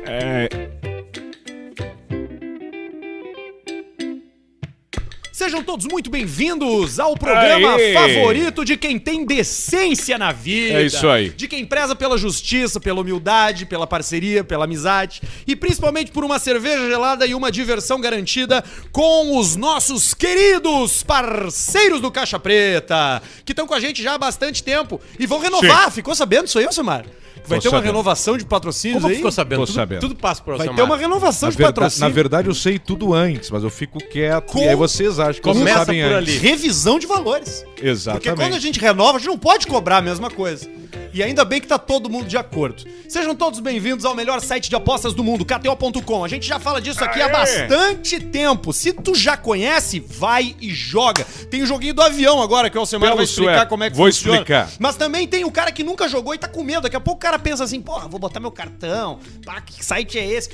Sejam todos muito bem-vindos ao programa favorito de quem tem decência na vida. É isso aí. De quem preza pela justiça, pela humildade, pela parceria, pela amizade e principalmente por uma cerveja gelada e uma diversão garantida com os nossos queridos parceiros do Caixa Preta, que estão com a gente já há bastante tempo e vão renovar. Sim. Ficou sabendo disso aí, Alcemar? Vai ter uma renovação de patrocínios. Como aí? Ficou sabendo? Tudo passa por Vai ter uma renovação de patrocínio. Na verdade, eu sei tudo antes, mas eu fico quieto e aí vocês acham que vocês sabem por antes. Ali. Revisão de valores. Exatamente. Porque quando a gente renova, a gente não pode cobrar a mesma coisa. E ainda bem que tá todo mundo de acordo. Sejam todos bem-vindos ao melhor site de apostas do mundo, KTO.com. A gente já fala disso aqui há bastante tempo. Se tu já conhece, vai e joga. Tem o joguinho do avião agora, que o Alcemar vai explicar como é que funciona. Vou explicar. Mas também tem o cara que nunca jogou e tá com medo. Daqui a pouco o cara pensa assim, porra, vou botar meu cartão. Pá, que site é esse?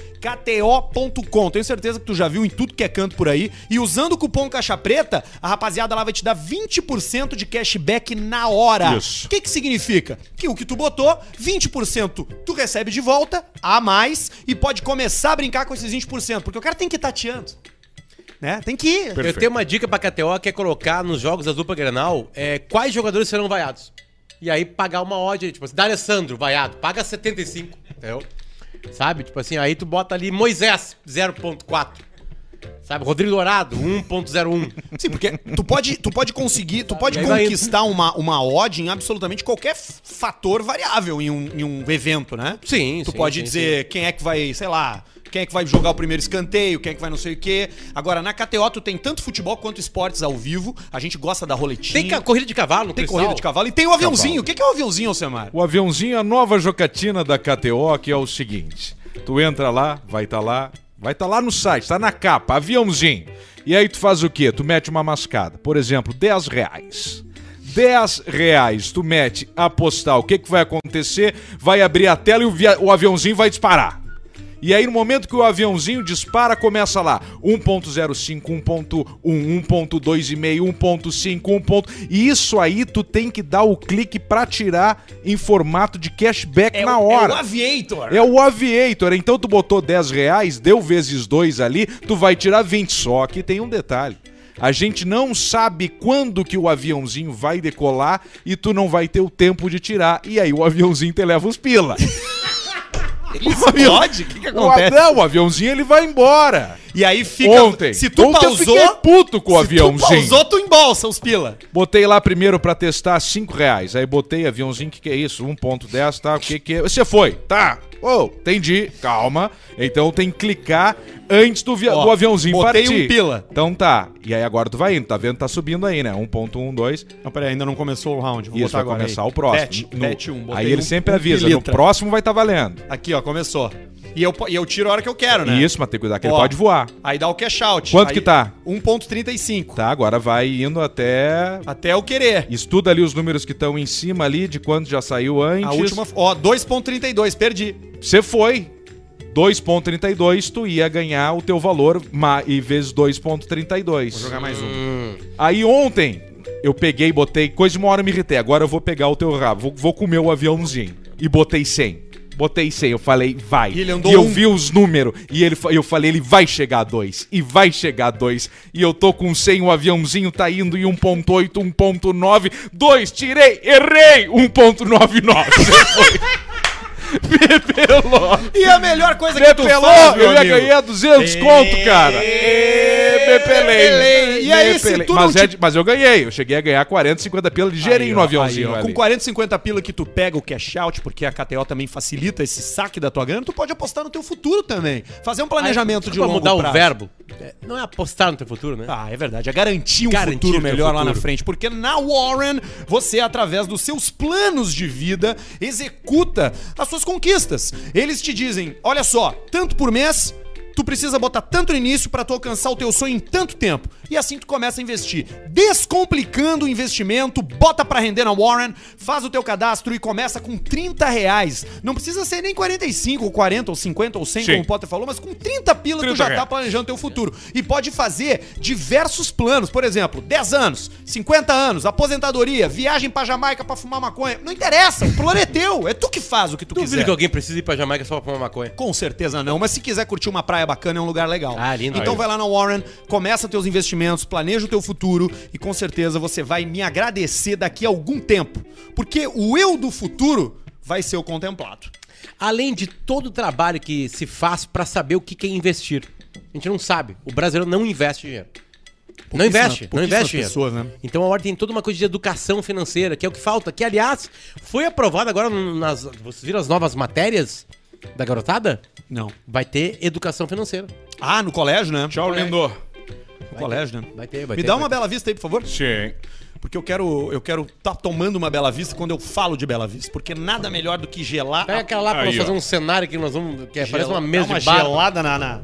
KTO.com. Tenho certeza que tu já viu em tudo que é canto por aí. E usando o cupom Caixa Preta, a rapaziada lá vai te dar 20% de cashback na hora. Isso. O que significa? Que o que tu botou, 20% tu recebe de volta, a mais, e pode começar a brincar com esses 20%, porque o cara tem que ir tateando. Né? Tem que ir. Perfeito. Eu tenho uma dica pra KTO, que é colocar nos jogos da dupla Grenal quais jogadores serão vaiados. E aí pagar uma odd, tipo assim, D'Alessandro, vaiado, paga 75, entendeu? Sabe? Tipo assim, aí tu bota ali Moisés, 0.4. Sabe, Rodrigo Dourado, 1.01. Sim, porque tu pode conquistar uma odd em absolutamente qualquer fator variável em um evento, né? Sim, tu pode dizer quem é que vai, sei lá, quem é que vai jogar o primeiro escanteio, quem é que vai não sei o quê. Agora, na KTO, tu tem tanto futebol quanto esportes ao vivo. A gente gosta da roletinha. Tem corrida de cavalo no Tem Cristal. Corrida de cavalo e tem o aviãozinho. O que é o aviãozinho, Alcemar? O aviãozinho é a nova jocatina da KTO, que é o seguinte. Tu entra lá, vai estar lá no site, tá na capa, aviãozinho. E aí tu faz o quê? Tu mete uma mascada. Por exemplo, R$10. R$10, tu mete apostar. O que vai acontecer? Vai abrir a tela e o aviãozinho vai disparar. E aí no momento que o aviãozinho dispara, começa lá 1.05, 1.1, 1.2,5, 1.5, E isso aí tu tem que dar o clique pra tirar em formato de cashback na hora. É o Aviator. É o Aviator. Então tu botou R$10, deu vezes 2 ali, tu vai tirar 20. Só que tem um detalhe. A gente não sabe quando que o aviãozinho vai decolar e tu não vai ter o tempo de tirar. E aí o aviãozinho te leva os pila. Explode? O que acontece? O aviãozinho ele vai embora. E aí fica... Se tu pausou... eu fiquei puto com o aviãozinho. Se tu pausou, tu embolsa os pila. Botei lá primeiro pra testar R$5. Aí botei aviãozinho, que é isso? 1.10, tá? O que é? Você foi, tá? Entendi. Calma. Então tem que clicar antes do aviãozinho partir. Botei um pila. Então tá. E aí agora tu vai indo. Tá vendo? Tá subindo aí, né? 1.12. Não, peraí, ainda não começou o round. Vou botar agora. Vai começar o próximo. Bet 1. Aí ele sempre avisa. No próximo vai estar valendo. Aqui, ó. Começou. E eu tiro a hora que eu quero, né? Isso, mas tem que cuidar que ele pode voar. Aí dá o cash out. Quanto que tá? 1.35. Tá, agora vai indo até... Até eu querer. Estuda ali os números que estão em cima ali, de quanto já saiu antes. A última... 2.32, perdi. Você foi. 2.32, tu ia ganhar o teu valor e vezes 2.32. Vou jogar mais um. Aí ontem, eu peguei e botei... Coisa de uma hora eu me irritei. Agora eu vou pegar o teu rabo. Vou comer o aviãozinho. E botei 100. Botei 100, eu falei, vai. E ele andou eu vi os números. E eu falei, ele vai chegar a 2. E vai chegar a 2. E eu tô com 100, o aviãozinho tá indo em 1.8, 1.9. 2, tirei, errei. 1.99. Me pelou. E a melhor coisa que tu faz, eu ia ganhar 200 conto, cara. Me pelei. E aí, se tu não... Mas eu ganhei. Eu cheguei a ganhar 40, 50 pila ligeirinho no aviãozinho. Com 40, 50 pila que tu pega o cash out, porque a KTO também facilita esse saque da tua grana, tu pode apostar no teu futuro também. Fazer um planejamento de longo prazo. Mudar o verbo. Não é apostar no teu futuro, né? Ah, é verdade. É garantir um futuro melhor lá na frente. Porque na Warren, você, através dos seus planos de vida, executa as suas conquistas. Eles te dizem, olha só, tanto por mês, tu precisa botar tanto no início pra tu alcançar o teu sonho em tanto tempo. E assim tu começa a investir. Descomplicando o investimento, bota pra render na Warren, faz o teu cadastro e começa com R$30. Não precisa ser nem 45, ou 40, ou 50, ou 100, Sim. como o Potter falou, mas com 30 pila tu já tá planejando teu futuro. E pode fazer diversos planos. Por exemplo, 10 anos, 50 anos, aposentadoria, viagem pra Jamaica pra fumar maconha. Não interessa, o plano é teu. É tu que faz o que tu Duvido quiser. que alguém precise ir pra Jamaica só pra fumar maconha. Com certeza não, mas se quiser curtir uma praia bacana, é um lugar legal. Ah, lindo. Então Aí. vai lá na Warren, começa teus investimentos, planeja o teu futuro e com certeza você vai me agradecer daqui a algum tempo. Porque o eu do futuro vai ser o contemplado. Além de todo o trabalho que se faz pra saber o que é investir. A gente não sabe. O brasileiro não investe dinheiro. Não investe dinheiro. pessoas, né? Então a Ordem tem toda uma coisa de educação financeira, que é o que falta. Que, aliás, foi aprovado agora nas... Vocês viram as novas matérias da garotada? Não. Vai ter educação financeira. Ah, no colégio, né? Tchau, É. lindo. No colégio, né? Vai ter, vai Me ter. dá vai uma ter. Bela Vista aí, por favor. Sim. Porque eu quero tá tomando uma Bela Vista quando eu falo de Bela Vista. Porque nada melhor do que gelar... Pega aquela lá pra Aí, nós fazer ó. um cenário que nós vamos... Que parece uma Dá mesa uma de bar. gelada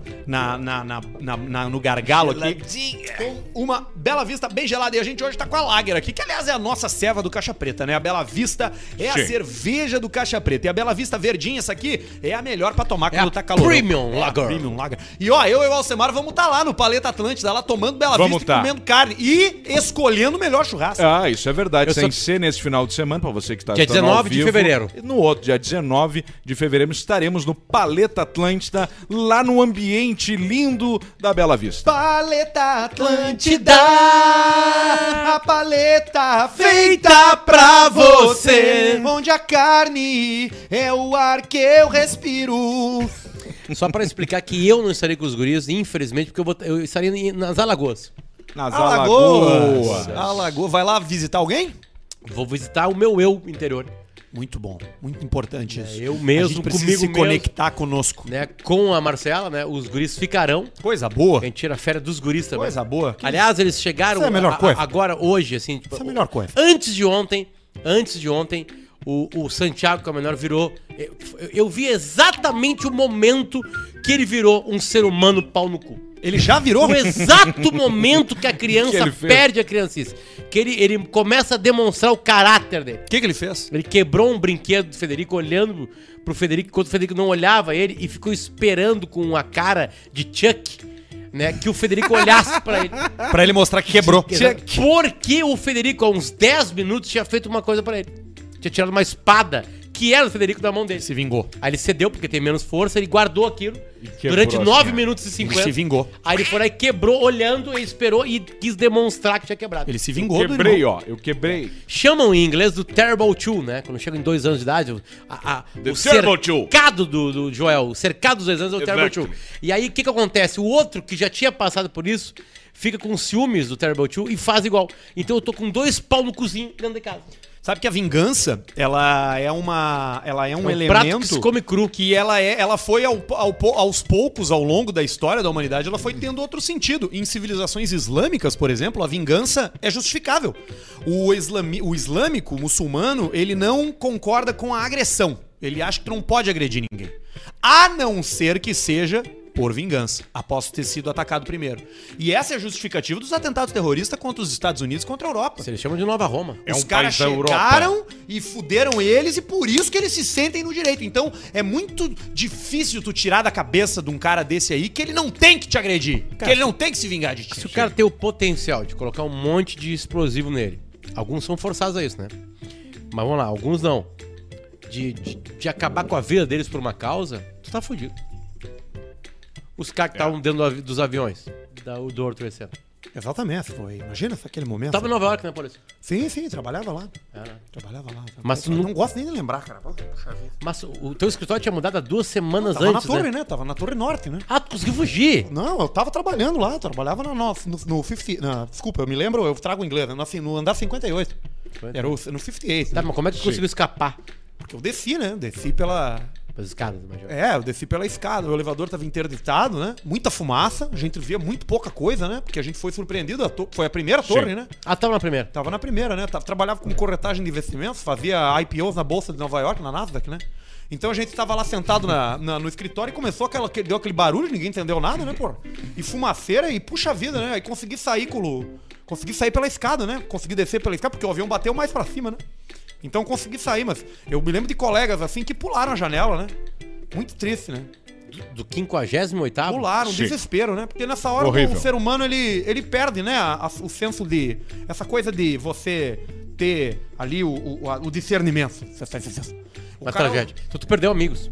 no gargalo aqui. Com uma Bela Vista bem gelada. E a gente hoje tá com a Lager aqui, que aliás é a nossa ceva do Caixa Preta, né? A Bela Vista é a Sim. cerveja do Caixa Preta. E a Bela Vista verdinha, essa aqui, é a melhor pra tomar É quando a tá calor. Premium Lager. Premium Lager. E ó, eu e o Alcemar vamos tá lá no Paleta Atlântida, lá tomando Bela Vamos Vista tá. e comendo carne. E escolhendo o melhor churrasco. Ah, isso é verdade. Eu Sem sou- ser nesse final de semana, pra você que tá Dia estando ao 19 de vivo. fevereiro. E no outro, dia 19 de fevereiro, estaremos no Paleta Atlântida, lá no ambiente lindo da Bela Vista. Paleta Atlântida, a paleta feita pra você, onde a carne é o ar que eu respiro. Só pra explicar que eu não estarei com os guris, infelizmente, porque eu estarei nas Alagoas. Nas Alagoas. Alagoas. Vai lá visitar alguém? Vou visitar o meu eu interior, Muito bom, muito importante isso. eu mesmo, a gente precisa comigo se mesmo. conectar conosco. né? Com a Marcela, né? Os guris ficarão. Coisa boa. A gente tira a férias dos guris também. Coisa boa. Aliás, eles chegaram Essa é a melhor coisa. agora, hoje, assim. Tipo, Essa é a melhor coisa. Antes de ontem, o Santiago Caminhar virou. Eu vi exatamente o momento que ele virou um ser humano pau no cu. Ele já virou? O exato momento que a Que criança ele fez? perde a criancice. Que ele começa a demonstrar o caráter dele. O que ele fez? Ele quebrou um brinquedo do Federico, olhando pro Federico, enquanto o Federico não olhava ele, e ficou esperando com a cara de Chuck, né, que o Federico olhasse pra ele. Pra ele mostrar que quebrou. Porque o Federico, há uns 10 minutos, tinha feito uma coisa pra ele. Tinha tirado uma espada, que era do Federico, da mão dele. Se vingou. Aí ele cedeu, porque tem menos força, ele guardou aquilo quebrou durante assim, 9 ó. minutos e Ele 50. se vingou. Aí ele foi lá e quebrou, olhando, e esperou e quis demonstrar que tinha quebrado. Ele se vingou do Quebrei, irmão. ó. Eu quebrei. Chamam em inglês do Terrible Two, né? Quando chegam em 2 anos de idade, o Terrible Two. cercado do Joel, o cercado dos 2 anos é o Terrible Exactly. Two. E aí, o que acontece? O outro, que já tinha passado por isso, fica com ciúmes do Terrible Two e faz igual. Então eu tô com 2 pau no cozinho dentro de casa. Sabe que a vingança, ela é um prato elemento que se come cru. que ela foi aos poucos, ao longo da história da humanidade, ela foi tendo outro sentido. Em civilizações islâmicas, por exemplo, a vingança é justificável. O islâmico, o muçulmano, ele não concorda com a agressão. Ele acha que tu não pode agredir ninguém. A não ser que seja por vingança, após ter sido atacado primeiro. E essa é a justificativa dos atentados terroristas contra os Estados Unidos e contra a Europa. Eles chamam de Nova Roma. É Os um caras país da Europa. chegaram e fuderam eles e por isso que eles se sentem no direito. Então é muito difícil tu tirar da cabeça de um cara desse aí que ele não tem que te agredir, que ele não tem que se vingar de ti. Se o cara tem o potencial de colocar um monte de explosivo nele, alguns são forçados a isso, né? Mas vamos lá, alguns não. De acabar com a vida deles por uma causa, tu tá fudido. Os caras que estavam dentro dos aviões do World Trade Center. Exatamente, foi. Imagina aquele momento. Tava em Nova York, né, Polícia? Sim, trabalhava lá. Era. Trabalhava lá. Mas tu Eu não- não gosto nem de lembrar, cara. Puxa vida. Mas o teu escritório tinha mudado há 2 semanas Tava antes, na torre, né? né? Tava na Torre Norte, né? Ah, tu conseguiu fugir. Não, eu tava trabalhando lá, eu trabalhava no 50. Desculpa, eu me lembro, eu trago o inglês, né? No andar 58. Era no 58. Tá, né? mas como é que tu conseguiu escapar? Porque eu desci, né? Desci pela As escadas, imagina. Eu desci pela escada, o elevador tava interditado, né? Muita fumaça, a gente via muito pouca coisa, né? Porque a gente foi surpreendido, foi a primeira torre, né? Ah, tava na primeira. Tava na primeira, né? Trabalhava com corretagem de investimentos, fazia IPOs na Bolsa de Nova York, na Nasdaq, né? Então a gente tava lá sentado no escritório e começou deu aquele barulho, ninguém entendeu nada, né, pô? E fumaceira e puxa vida, né? Aí consegui sair pela escada, né? Consegui descer pela escada, porque o avião bateu mais pra cima, né? Então consegui sair, mas eu me lembro de colegas assim que pularam a janela, né? Muito triste, né? Do 58º? Pularam, Sim. desespero, né? Porque nessa hora Horrível. o ser humano, ele perde, né? O senso de... Essa coisa de você ter ali o discernimento. Uma tragédia. Então tu perdeu amigos.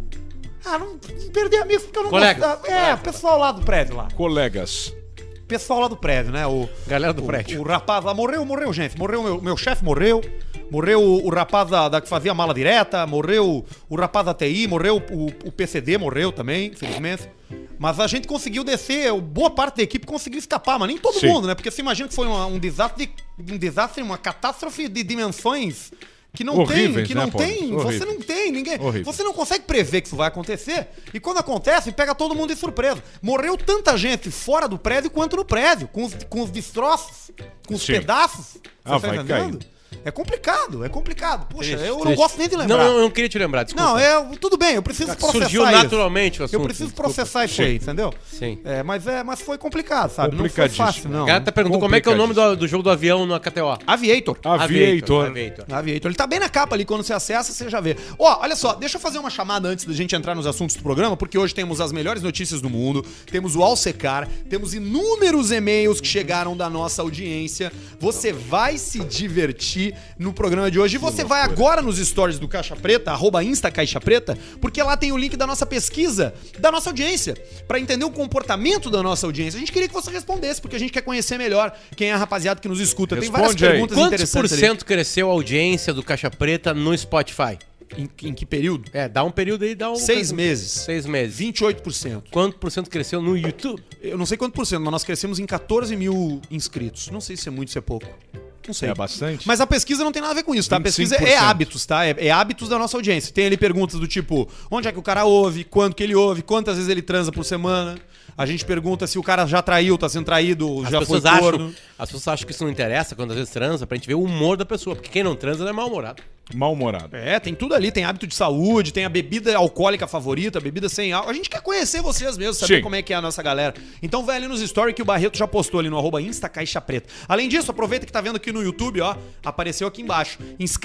Não perdi amigos porque eu não Colega. gostava. Pessoal lá do prédio lá. Colegas. Pessoal lá do prédio, né? Galera do prédio. O rapaz lá morreu, gente. Morreu meu chefe, morreu. Morreu o rapaz da que fazia mala direta. Morreu o rapaz da TI. Morreu o PCD, morreu também, infelizmente. Mas a gente conseguiu descer, boa parte da equipe conseguiu escapar, mas nem todo Sim. mundo, né? Porque você imagina que foi um desastre, uma catástrofe de dimensões que não Horríveis, tem, né, Paulo? você não tem ninguém. Horrível. Você não consegue prever que isso vai acontecer. E quando acontece, pega todo mundo de surpresa. Morreu tanta gente fora do prédio quanto no prédio, com os destroços, com os Sim. pedaços. Você Vai entendendo? É complicado. Poxa, Triste, eu não triste. gosto nem de lembrar. Não, eu não queria te lembrar, desculpa. Não, tudo bem, eu preciso processar Surgiu isso. naturalmente o assunto. Eu preciso processar isso aí, entendeu? Sim. Mas foi complicado, sabe? Não foi Complicadíssimo. fácil, não. O cara tá perguntando como é que é o nome do jogo do avião na KTO. Aviator. Aviator. Aviator. Ele tá bem na capa ali, quando você acessa, você já vê. Olha só, deixa eu fazer uma chamada antes da gente entrar nos assuntos do programa, porque hoje temos as melhores notícias do mundo, temos o Alsecar, temos inúmeros e-mails que chegaram da nossa audiência. Você vai se divertir no programa de hoje. E você vai agora nos stories do Caixa Preta, @InstaCaixaPreta, porque lá tem o link da nossa pesquisa, da nossa audiência, pra entender o comportamento da nossa audiência. A gente queria que você respondesse, porque a gente quer conhecer melhor quem é a rapaziada que nos escuta. Tem várias Responde aí. perguntas Quantos interessantes por ali. cento cresceu a audiência do Caixa Preta no Spotify? Em que período? Dá um período aí, dá um... 6 meses. 6 meses. 28%. Quanto por cento cresceu no YouTube? Eu não sei quanto por cento, mas nós crescemos em 14 mil inscritos. Não sei se é muito, se é pouco. Não sei. É bastante? Mas a pesquisa não tem nada a ver com isso, tá? A pesquisa é 25%. hábitos, tá? É hábitos da nossa audiência. Tem ali perguntas do tipo, onde é que o cara ouve, quando que ele ouve, quantas vezes ele transa por semana. A gente pergunta se o cara já traiu, tá sendo traído, já foi corno. As pessoas acham que isso não interessa quando às vezes transa, pra gente ver o humor da pessoa. Porque quem não transa não é mal-humorado. Mal-humorado. Tem tudo ali, tem hábito de saúde, tem a bebida alcoólica favorita, a bebida sem álcool. A gente quer conhecer vocês mesmo, saber Sim. como é que é a nossa galera. Então vai ali nos stories que o Barreto já postou ali no @InstaCaixaPreta. Além disso, aproveita que tá vendo aqui no YouTube, ó, apareceu aqui embaixo.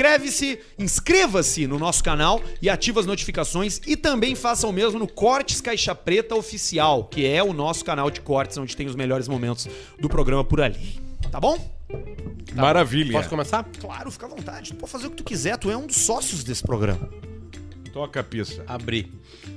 Inscreva-se no nosso canal e ativa as notificações e também faça o mesmo no Cortes Caixa Preta Oficial, que é o nosso canal de cortes, onde tem os melhores momentos do programa por ali. Tá bom? Maravilha. Posso começar? Claro, fica à vontade. Tu pode fazer o que tu quiser, tu é um dos sócios desse programa. Toca a pista. Abri.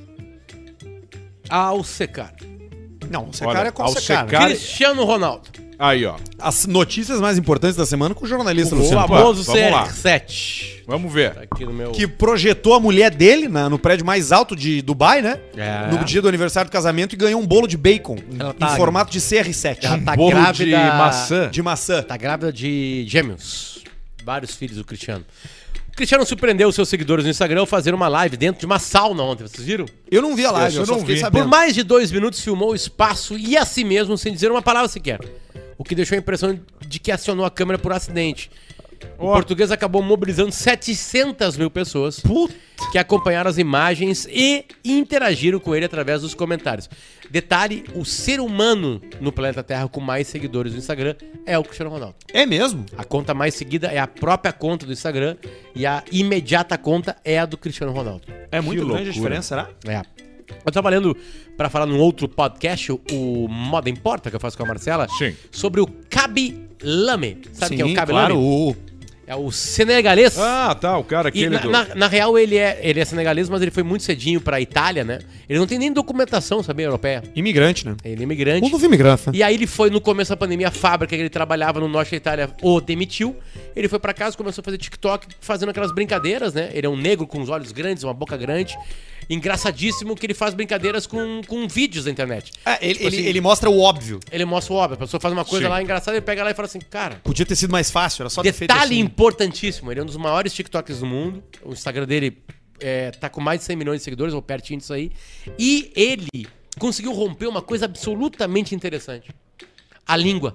Alsecar. Não, você Olha, cara é com ao você cara. secar- Cara- Cristiano Ronaldo. Aí, ó. As notícias mais importantes da semana com o jornalista O Luciano Potter, famoso vamos lá. CR7. Vamos ver. Tá aqui no meu... que projetou a mulher dele no prédio mais alto de Dubai, né? É. No dia do aniversário do casamento e ganhou um bolo de bacon Ela tá- em formato de CR7. Ela tá Bolo grávida... de maçã. De maçã. Tá grávida de gêmeos. Vários filhos do Cristiano. O Cristiano surpreendeu seus seguidores no Instagram ao fazer uma live dentro de uma sauna ontem. Vocês viram? Eu não vi a live, Essa eu eu só não fiquei vi. sabendo. Por mais de 2 minutos filmou o espaço e a si mesmo sem dizer uma palavra sequer. O que deixou a impressão de que acionou a câmera por acidente. O Ó. português acabou mobilizando 700 mil pessoas que acompanharam as imagens e interagiram com ele através dos comentários. Detalhe, o ser humano no planeta Terra com mais seguidores no Instagram é o Cristiano Ronaldo. É mesmo? A conta mais seguida é a própria conta do Instagram e a imediata conta é a do Cristiano Ronaldo. É muito Que grande a loucura. diferença, será? É. Eu tô trabalhando pra falar num outro podcast, o Moda Importa, que eu faço com a Marcela, Sim. sobre o Kaby Lame. Sabe quem é o Kaby claro. Lame? É o senegalês. Ah, tá. O cara E aquele na real ele é senegalês, mas ele foi muito cedinho pra Itália, né? Ele não tem nem documentação, sabia, europeia. Imigrante, né? Ele é imigrante. Um dos imigrantes, né? E aí ele foi, no começo da pandemia, a fábrica que ele trabalhava no norte da Itália o demitiu. Ele foi pra casa, começou a fazer TikTok, fazendo aquelas brincadeiras, né? Ele é um negro com os olhos grandes, uma boca grande. Engraçadíssimo que ele faz brincadeiras com vídeos na internet. Ele mostra o óbvio. Ele mostra o óbvio. A pessoa faz uma coisa Sim. lá engraçada, ele pega lá e fala assim, cara... Podia ter sido mais fácil, era só ter feito Detalhe assim. importantíssimo, ele é um dos maiores TikToks do mundo. O Instagram dele tá com mais de 100 milhões de seguidores, ou pertinho disso aí. E ele conseguiu romper uma coisa absolutamente interessante. A língua.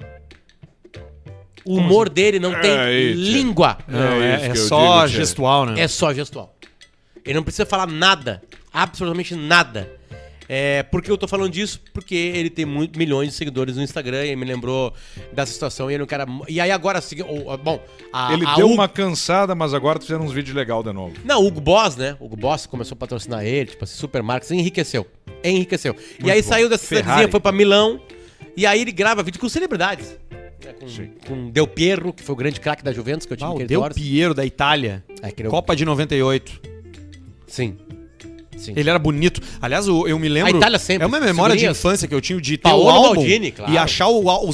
O humor dele não tem língua. Não, é só gestual, né? É só gestual. Ele não precisa falar nada. Absolutamente nada. Por que eu tô falando disso? Porque ele tem milhões de seguidores no Instagram e me lembrou dessa situação. E ele não quer. E aí agora, bom. Ele deu uma cansada, mas agora tá fazendo uns vídeos legais de novo. Não, o Hugo Boss, né? O Hugo Boss começou a patrocinar ele, tipo assim, supermarcas, enriqueceu. E aí saiu dessa cidadezinha, foi pra Milão. E aí ele grava vídeo com celebridades. Né? Com Del Piero, que foi o grande craque da Juventus que eu tive O Del Piero da Itália. Copa de 98. Sim. Ele era bonito. Aliás, eu me lembro... A Itália sempre. É uma memória de infância que eu tinha de ter Paolo o álbum Maldini, claro. E achar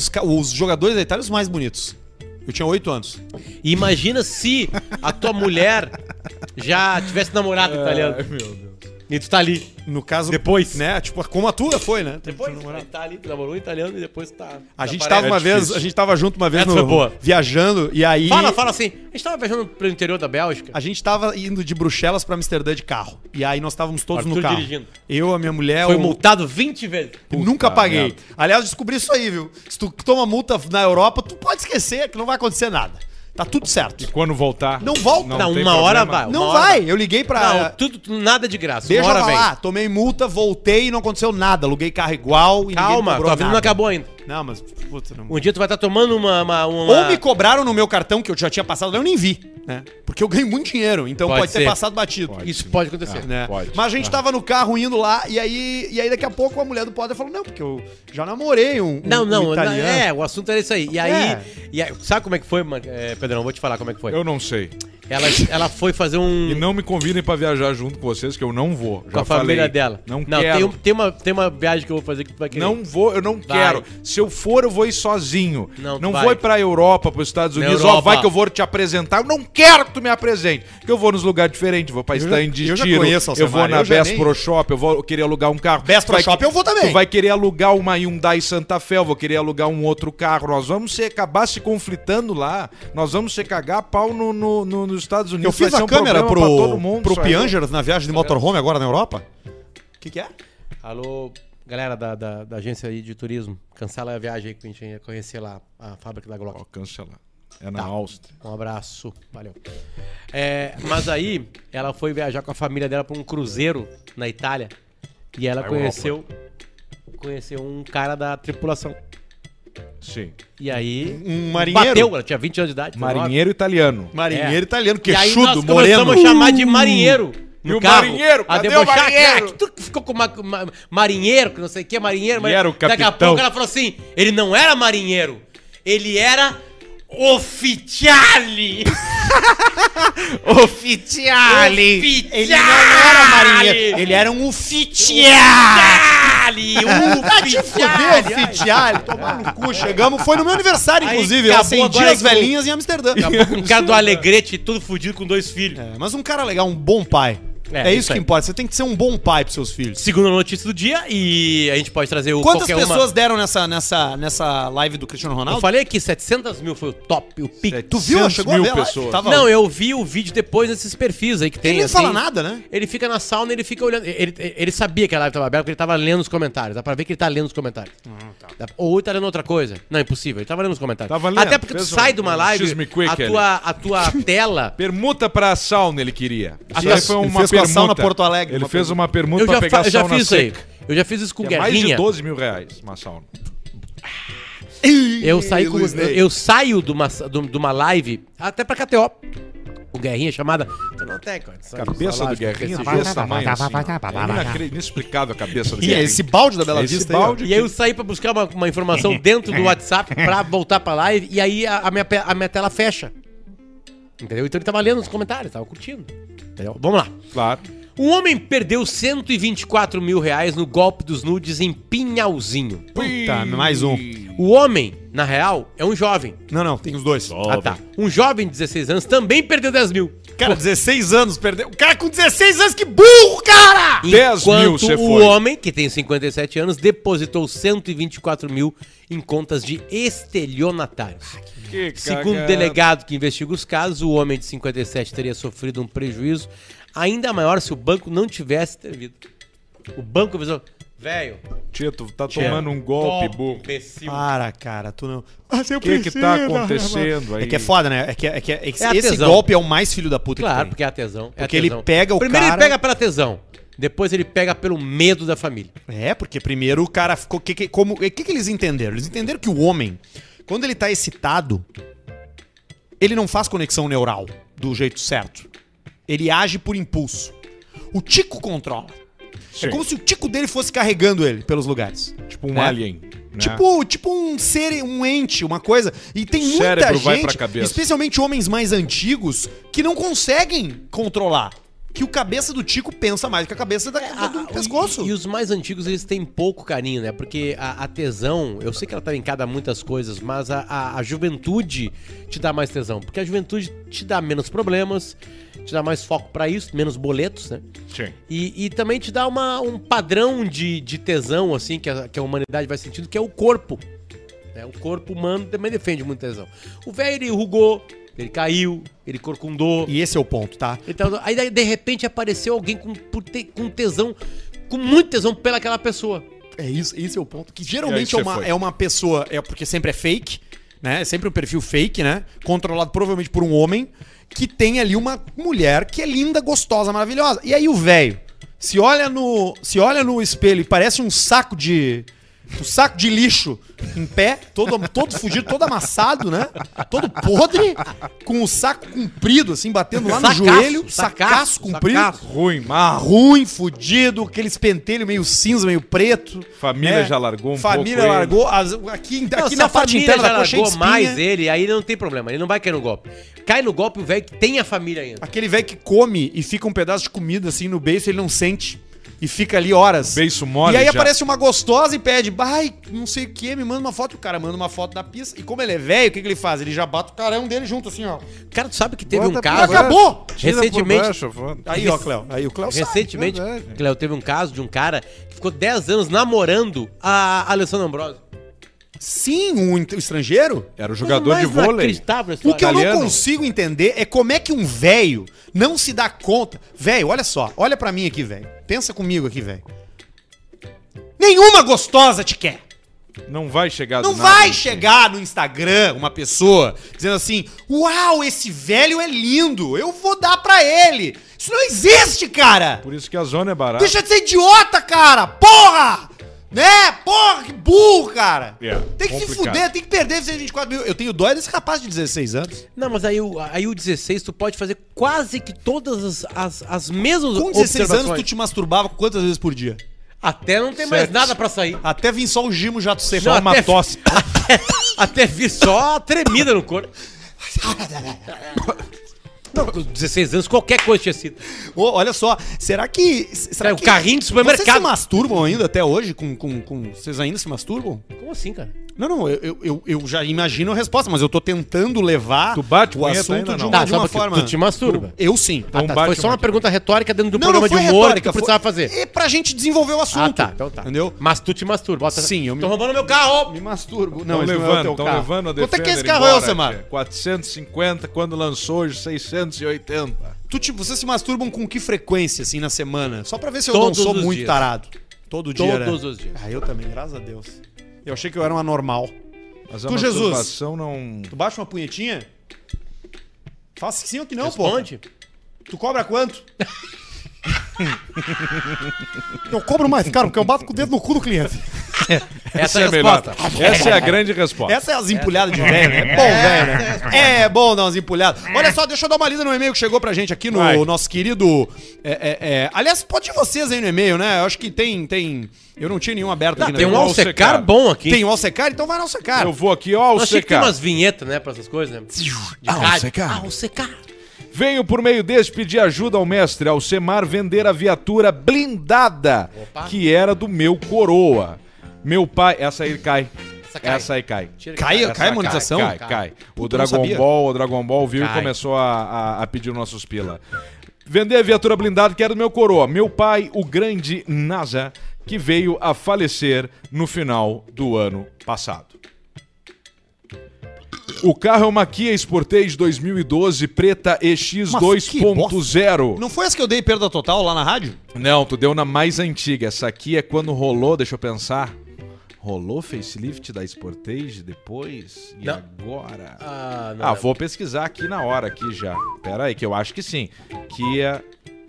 os jogadores da Itália os mais bonitos. Eu tinha 8 anos. E imagina se a tua mulher já tivesse namorado italiano. Ai, meu Deus. E tu tá ali. No caso... Depois. Né? Tipo, como a tua foi, né? Depois, tá ali, tu namorou um italiano e depois tá... A gente tava junto uma vez boa. viajando e aí... Fala assim. A gente tava viajando pelo interior da Bélgica. A gente tava indo de Bruxelas pra Amsterdã de carro. E aí nós estávamos todos Arthur no carro. dirigindo. Eu, a minha mulher... Foi multado 20 vezes. Nunca paguei. merda. Aliás, descobri isso aí, viu? Se tu toma multa na Europa, tu pode esquecer que não vai acontecer nada. Tá tudo certo. Quando voltar... Não volta. Não, tem uma hora problema. vai. Não vai. Eu liguei pra... Não, nada de graça. Deixa uma eu hora falar. Tomei multa, voltei e não aconteceu nada. Aluguei carro igual e Calma, ninguém me cobrou tua vida nada. não acabou ainda. Não, mas... Puta, não... Um dia tu vai estar tomando uma... Ou me cobraram no meu cartão, que eu já tinha passado, eu nem vi, né? Porque eu ganhei muito dinheiro, então pode ter ser. passado batido. Isso pode acontecer. Né? Pode. Mas a gente tava no carro indo lá, e aí daqui a pouco a mulher do Poder falou, não, porque eu já namorei um italiano. O assunto era isso aí. E aí, sabe como é que foi, Pedrão? Vou te falar como é que foi. Eu não sei. Ela foi fazer um... E não me convidem pra viajar junto com vocês, que eu não vou. Com a família dela. Não quero. Tem uma viagem que eu vou fazer que tu vai querer. Não vou, eu não quero. Se eu for, eu vou ir sozinho. Não vou ir pra Europa, pros Estados Unidos. Ó, vai que eu vou te apresentar. Eu não quero que tu me apresente. Porque eu vou nos lugares diferentes. Vou pra Stand de eu já tiro. conheço, Eu vou na eu já Best Pro Shop. Eu querer alugar um carro. Best Pro Shop eu vou também. Tu vai querer alugar uma Hyundai Santa Fe. Eu vou querer alugar um outro carro. Nós vamos acabar se conflitando lá. Nós vamos se cagar a pau nos Estados Unidos. Eu fiz a câmera pro Piangers na viagem de motorhome agora na Europa. O que é? Alô, galera da agência aí de turismo. Cancela a viagem aí que a gente ia conhecer lá a fábrica da Glock. Ó, cancelar. É na Áustria. Um abraço. Valeu. Mas aí, ela foi viajar com a família dela pra um cruzeiro na Itália. E ela conheceu um cara da tripulação. Sim. E aí... Um marinheiro. Bateu, ela tinha 20 anos de idade. Marinheiro italiano. Marinheiro italiano, E aí queixudo, nós moreno. começamos a chamar de marinheiro. E o marinheiro? Cadê o marinheiro? Tu ficou com marinheiro, que não sei o que, marinheiro. Ele era o Daqui a capitão. pouco ela falou assim, ele não era marinheiro, ele era ufficiale. Ufficiale. Ele não era marinheiro, ele era um ufficiale. Ufficiale. Ufficiale. Tomar no cu, chegamos. Foi no meu aniversário, Aí inclusive. Eu acabou acendi agora as com- velhinhas em Amsterdã. Um cara do Alegrete, todo fudido com 2 filhos. Mas um cara legal, um bom pai. É isso que aí. importa. Você tem que ser um bom pai pros seus filhos. Segunda notícia do dia e a gente pode trazer o Quantas qualquer pessoas deram nessa live do Cristiano Eu Ronaldo? falei que 700 mil foi o top, o pico. Tu viu? Chegou a ver a live? pessoas. Tava- Não, eu vi o vídeo depois nesses perfis aí que tem. Ele nem assim. fala nada, né? Ele fica na sauna e ele fica olhando. Ele sabia que a live tava aberta porque ele tava lendo os comentários. Dá pra ver que ele tá lendo os comentários. Ou ele tá lendo outra coisa. Não, impossível. Ele tava lendo os comentários. Tava lendo. Até porque tu Fez sai um- de uma um live, X-Me Quick a tua tela. Permuta pra sauna ele queria. Ele fez com a sauna Porto Alegre. Ele Uma fez uma permuta Eu pra pegar já sauna fiz isso aí. seca. Eu já fiz isso com Que é mais de Guerrinha. 12 mil reais uma sauna. Eu saio de uma live, até pra KTO. O Guerrinha chamada. Tu não tem condição de Cabeça falar do de qualquer Guerrinha esse jogo. desse tamanho assim. É inexplicável a cabeça do E Guerrinha. esse balde da Bela Esse Vista aí, ó. balde- E aí eu saí pra buscar uma informação dentro do WhatsApp pra voltar pra live. E aí a minha tela fecha. Entendeu? Então ele tava lendo os comentários, tava curtindo. Entendeu? Vamos lá. Claro. Um homem perdeu 124 mil reais no golpe dos nudes em Pinhalzinho. Puta, mais um. O homem, na real, é um jovem. Não, tem os dois. Ah, tá. Um jovem de 16 anos também perdeu 10 mil. Cara, 16 anos perdeu. O cara com 16 anos, que burro, cara! 10 mil Enquanto você o foi. homem, que tem 57 anos, depositou 124 mil em contas de estelionatários. Que Segundo o cagada. delegado que investiga os casos, o homem de 57 teria sofrido um prejuízo ainda maior se o banco não tivesse intervido. O banco avisou, velho... Tia, tu tá tomando um golpe, burro. Imbecil. Para, cara, tu não... Mas eu O que tá acontecendo aí? É que é foda, né? a Esse tesão. golpe é o mais filho da puta que Claro, tem. porque é a tesão. Porque ele pega o Primeiro cara... ele pega pela tesão, depois ele pega pelo medo da família. É, porque primeiro o cara ficou... O que eles entenderam? Eles entenderam que o homem, quando ele tá excitado, ele não faz conexão neural do jeito certo. Ele age por impulso. O tico controla. Sim. É como se o tico dele fosse carregando ele pelos lugares. Tipo um né? alien. Né? Tipo um ser, um ente, uma coisa. E tem muita Cérebro gente, vai pra cabeça. especialmente homens mais antigos, que não conseguem controlar. Que o cabeça do tico pensa mais que a cabeça do pescoço. E os mais antigos, eles têm pouco carinho, né? Porque a tesão, eu sei que ela tá linkada a muitas coisas, mas a juventude te dá mais tesão. Porque a juventude te dá menos problemas, te dá mais foco pra isso, menos boletos, né? Sim. E também te dá um padrão de tesão, assim, que a humanidade vai sentindo, que é o corpo. Né? O corpo humano também defende muito tesão. O velho, ele rugou, ele caiu, ele corcundou. E esse é o ponto, tá? Então, aí de repente apareceu alguém com tesão, com muito tesão pelaquela pessoa. É isso, esse é o ponto. Que E aí geralmente você foi. é uma pessoa, porque sempre é fake, né? É sempre um perfil fake, né? Controlado provavelmente por um homem, que tem ali uma mulher que é linda, gostosa, maravilhosa. E aí o velho se olha no espelho e parece um saco de lixo em pé, todo fugido, todo amassado, né? Todo podre, com o saco comprido, assim, batendo lá no joelho, sacaço comprido. Ruim, Ruim, fudido, aqueles pentelhos meio cinza, meio preto. Família né? já largou um Família pouco largou. Aqui Não, se na a parte família interna já da coxa cheia de largou espinha. mais ele, aí não tem problema, ele não vai cair no golpe. Cai no golpe o velho que tem a família ainda. Aquele velho que come e fica um pedaço de comida assim no beiço, ele não sente. E fica ali horas. Beiço mole E aí já. aparece uma gostosa e pede, ai, não sei o que, me manda uma foto. O cara manda uma foto da pista. E como ele é velho, o que ele faz? Ele já bate o carão dele junto assim, ó. Cara, tu sabe que teve Bota um pra caso... baixo. Acabou! Tira por Recentemente- baixo, foda. Aí, ó, Cléo. Aí o Cléo sabe. Recentemente, verdade. Cléo, teve um caso de um cara que ficou 10 anos namorando a Alessandra Ambrosio. Sim, um estrangeiro. Era o jogador de Coisa mais vôlei. inacreditável a O história. que eu não Italiano. consigo entender é como é que um velho não se dá conta. Velho, olha só. Olha pra mim aqui, velho. Pensa comigo aqui, velho. Nenhuma gostosa te quer. Não vai chegar Não do nada, vai né? chegar no Instagram uma pessoa dizendo assim: uau, esse velho é lindo, eu vou dar pra ele. Isso não existe, cara. Por isso que a zona é barata. Deixa de ser idiota, cara. Porra! Né? Porra, que burro, cara. Tem que se complicado. fuder, tem que perder 24 mil. Eu tenho dó desse rapaz de 16 anos. Não, mas aí o 16 tu pode fazer quase que todas as mesmas Com 16 anos, observações. tu te masturbava quantas vezes por dia? Até não tem mais 7. nada pra sair. Até vir só o gimo jato seco. Não, Uma até- tosse. Até vi só a tremida no corpo. Não, com 16 anos qualquer coisa tinha sido. Ô, olha só, será que... Cara, o carrinho de supermercado. Vocês se masturbam ainda até hoje? Vocês ainda se masturbam? Como assim, cara? Não, eu já imagino a resposta, mas eu tô tentando levar Tu bate o punheta assunto ainda, de não? uma, Tá, de só uma porque forma... tu te masturba. Eu sim. Então Tá, bate foi só uma uma- pergunta retórica dentro do Não, programa não foi de humor retórica, que tu precisava fazer. É pra gente desenvolver o assunto. Ah, tá, então tá. Entendeu? Mas tu te masturba. Bota... Sim, eu me- Tô roubando meu carro! Me masturbo. Estão esse não é o levando, teu estão carro. levando a Quanto é que Defender esse carro é, embora, Alcemar? tia. 450, quando lançou hoje 680. Vocês se masturbam com que frequência, assim, na semana? Só pra ver se eu Todos não sou os muito dias. tarado. Todo dia, Todos né? os dias. Ah, eu também, graças a Deus. Eu achei que eu era um anormal. Mas a Tu, Jesus. masturbação não... Tu baixa uma punhetinha? Faça que sim ou que não, pô. Responde. Tu cobra quanto? Eu cobro mais caro, porque eu bato com o dedo no cu do cliente. Essa é a melhor. resposta. Essa é a grande resposta. Essa é as empulhadas de velho, né? É bom, velho, né? É bom dar umas empulhadas. Olha só, deixa eu dar uma lida no e-mail que chegou pra gente aqui no Vai. nosso querido... Aliás, pode ir vocês aí no e-mail, né? Eu acho que tem... Eu não tinha nenhum aberto aqui no Tem um e-mail. Alcecar Alcecar. bom aqui. Tem um Alcecar? Então vai no Alcecar. Eu vou aqui, ó, o Nós tinha que ter secar. umas vinhetas, né, pra essas coisas, né? De Alcecar. Alcecar. Venho por meio deste pedir ajuda ao mestre Alcemar vender a viatura blindada, Opa. que era do meu coroa. Meu pai... Essa aí cai. Essa cai. Essa aí cai. Tira Cai, essa cai a monetização? Cai. O Puta, eu não sabia. Dragon Ball viu Cai. e começou a pedir nossos pila. Vender a viatura blindada que era do meu coroa. Meu pai, o grande NASA, que veio a falecer no final do ano passado. O carro é uma Kia Sportage 2012 preta EX Mas que 2.0. Não foi essa que eu dei perda total lá na rádio? Não, tu deu na mais antiga. Essa aqui é quando rolou, deixa eu pensar. Rolou facelift da Sportage depois? E Não. agora? Não. Vou pesquisar aqui na hora aqui já. Pera aí, que eu acho que sim. Kia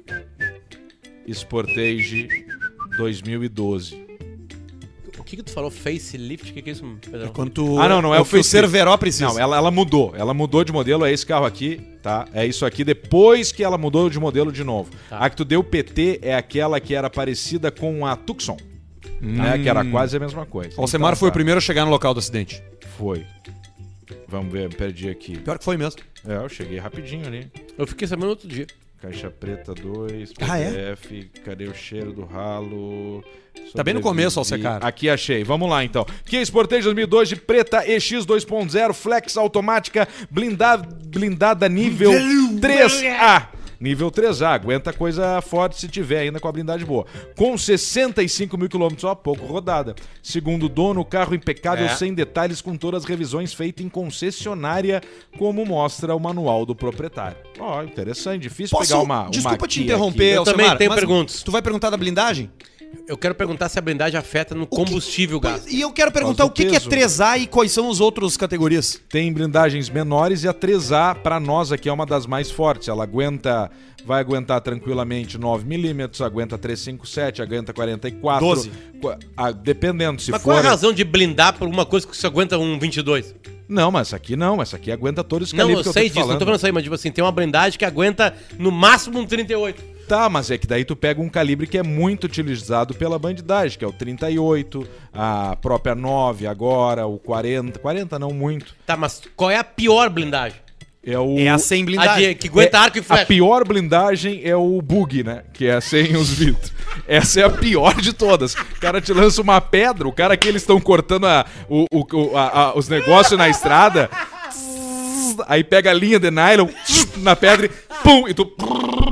Sportage 2012. O que tu falou? Facelift? O que é isso, Pedrão? Quando tu, Não é o que o facelift. Cerveró precisa. Não, ela mudou. Ela mudou de modelo, é esse carro aqui, tá? É isso aqui depois que ela mudou de modelo de novo. Tá. A que tu deu PT é aquela que era parecida com a Tucson, né? Que era quase a mesma coisa. O Alcemar Então, foi o tá. primeiro a chegar no local do acidente. Foi. Vamos ver, perdi aqui. Pior que foi mesmo. Eu cheguei rapidinho ali. Eu fiquei sabendo outro dia. Caixa preta 2, Ah, é? PDF, cadê o cheiro do ralo? Tá bem no começo, Alcecar. Aqui achei, vamos lá então. Kia Sportage 2002 de preta EX 2.0, flex automática, blindada nível 3A. Nível 3A, aguenta coisa forte se tiver ainda com a blindagem boa. Com 65 mil quilômetros, ó, pouco rodada. Segundo o dono, o carro impecável, sem detalhes, com todas as revisões feitas em concessionária, como mostra o manual do proprietário. Ó, interessante, difícil pegar uma Desculpa te Kia interromper, aqui. Eu também tenho mas perguntas. Tu vai perguntar da blindagem? Eu quero perguntar se a blindagem afeta no combustível gasto. E eu quero perguntar o Por causa que do é 3A e quais são as outras categorias. Tem blindagens menores e a 3A, pra nós aqui, é uma das mais fortes. Ela vai aguentar tranquilamente 9mm, aguenta 357, aguenta 44. 12. Dependendo, se Mas for... qual é a razão de blindar por uma coisa que você aguenta um 22? Não, mas essa aqui não. Essa aqui aguenta todo esse Não, calibre eu que eu sei tô te disso, não tô falando isso aí, mas tipo assim, tem uma blindagem que aguenta no máximo um 38. Tá, mas é que daí tu pega um calibre que é muito utilizado pela bandidagem, que é o 38, a própria 9 agora, o 40. 40 não muito. Tá, mas qual é a pior blindagem? É a sem A blindagem. que aguenta arco e A flecha. pior blindagem é o bug, né? Que é sem os vidros. Essa é a pior de todas. O cara te lança uma pedra, o cara que eles estão cortando os negócios na estrada, aí pega a linha de nylon na pedra e pum, e tu...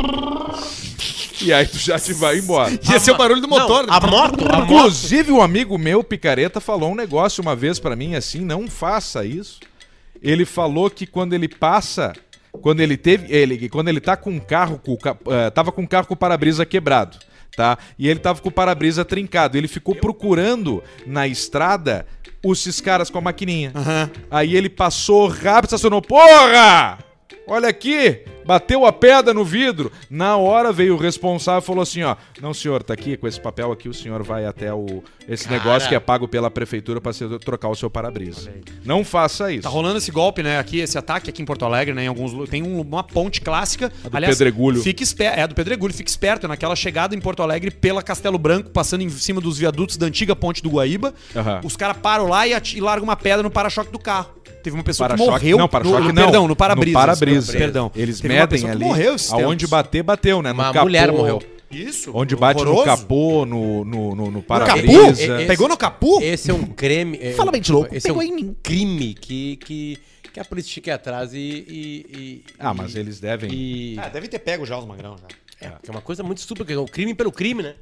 E aí tu já te vai embora. Ia ser o barulho do motor. Não, a moto. Inclusive, um amigo meu, Picareta, falou um negócio uma vez pra mim assim: não faça isso. Ele falou que quando ele passa, quando ele tá com o carro, tava com o carro com o para-brisa quebrado, tá? E ele tava com o para-brisa trincado. Ele ficou procurando na estrada esses caras com a maquininha. Aí ele passou rápido, estacionou. Porra! Olha aqui! Bateu a pedra no vidro. Na hora veio o responsável e falou assim, ó: não, senhor, tá aqui com esse papel aqui, o senhor vai até esse negócio que é pago pela prefeitura pra trocar o seu para-brisa. Não faça isso. Tá rolando esse golpe, né? Aqui, esse ataque aqui em Porto Alegre, né? Em alguns tem uma ponte clássica. A do Pedregulho. Fique esperto. É, do Pedregulho. Fique esperto naquela chegada em Porto Alegre pela Castelo Branco, passando em cima dos viadutos da antiga ponte do Guaíba. Aham. Os caras param lá e largam uma pedra no para-choque do carro. Teve uma pessoa que Para-choque- morreu. não, para-choque não. Perdão, no para-brisa. No para-brisa. Perdão. Eles Teve uma medem pessoa que ali. morreu esses Aonde tempos. bater, bateu, né? No Uma capô, mulher morreu. Isso. Onde bate no horroroso. capô, no No para-brisa. capu? Esse- Pegou no capu? Esse é um creme. Fala bem de louco, Esse pegou é em um mim. crime que a polícia fica atrás e. Mas eles devem... E, Deve ter pego já os magrão já. que é uma coisa muito estúpida, que é o crime pelo crime, né?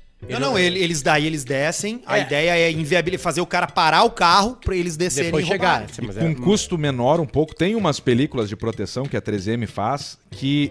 Eles descem. A É. ideia é fazer o cara parar o carro pra eles descerem Depois e chegar. roubarem. Mas Com custo menor um pouco, tem umas películas de proteção que a 3M faz que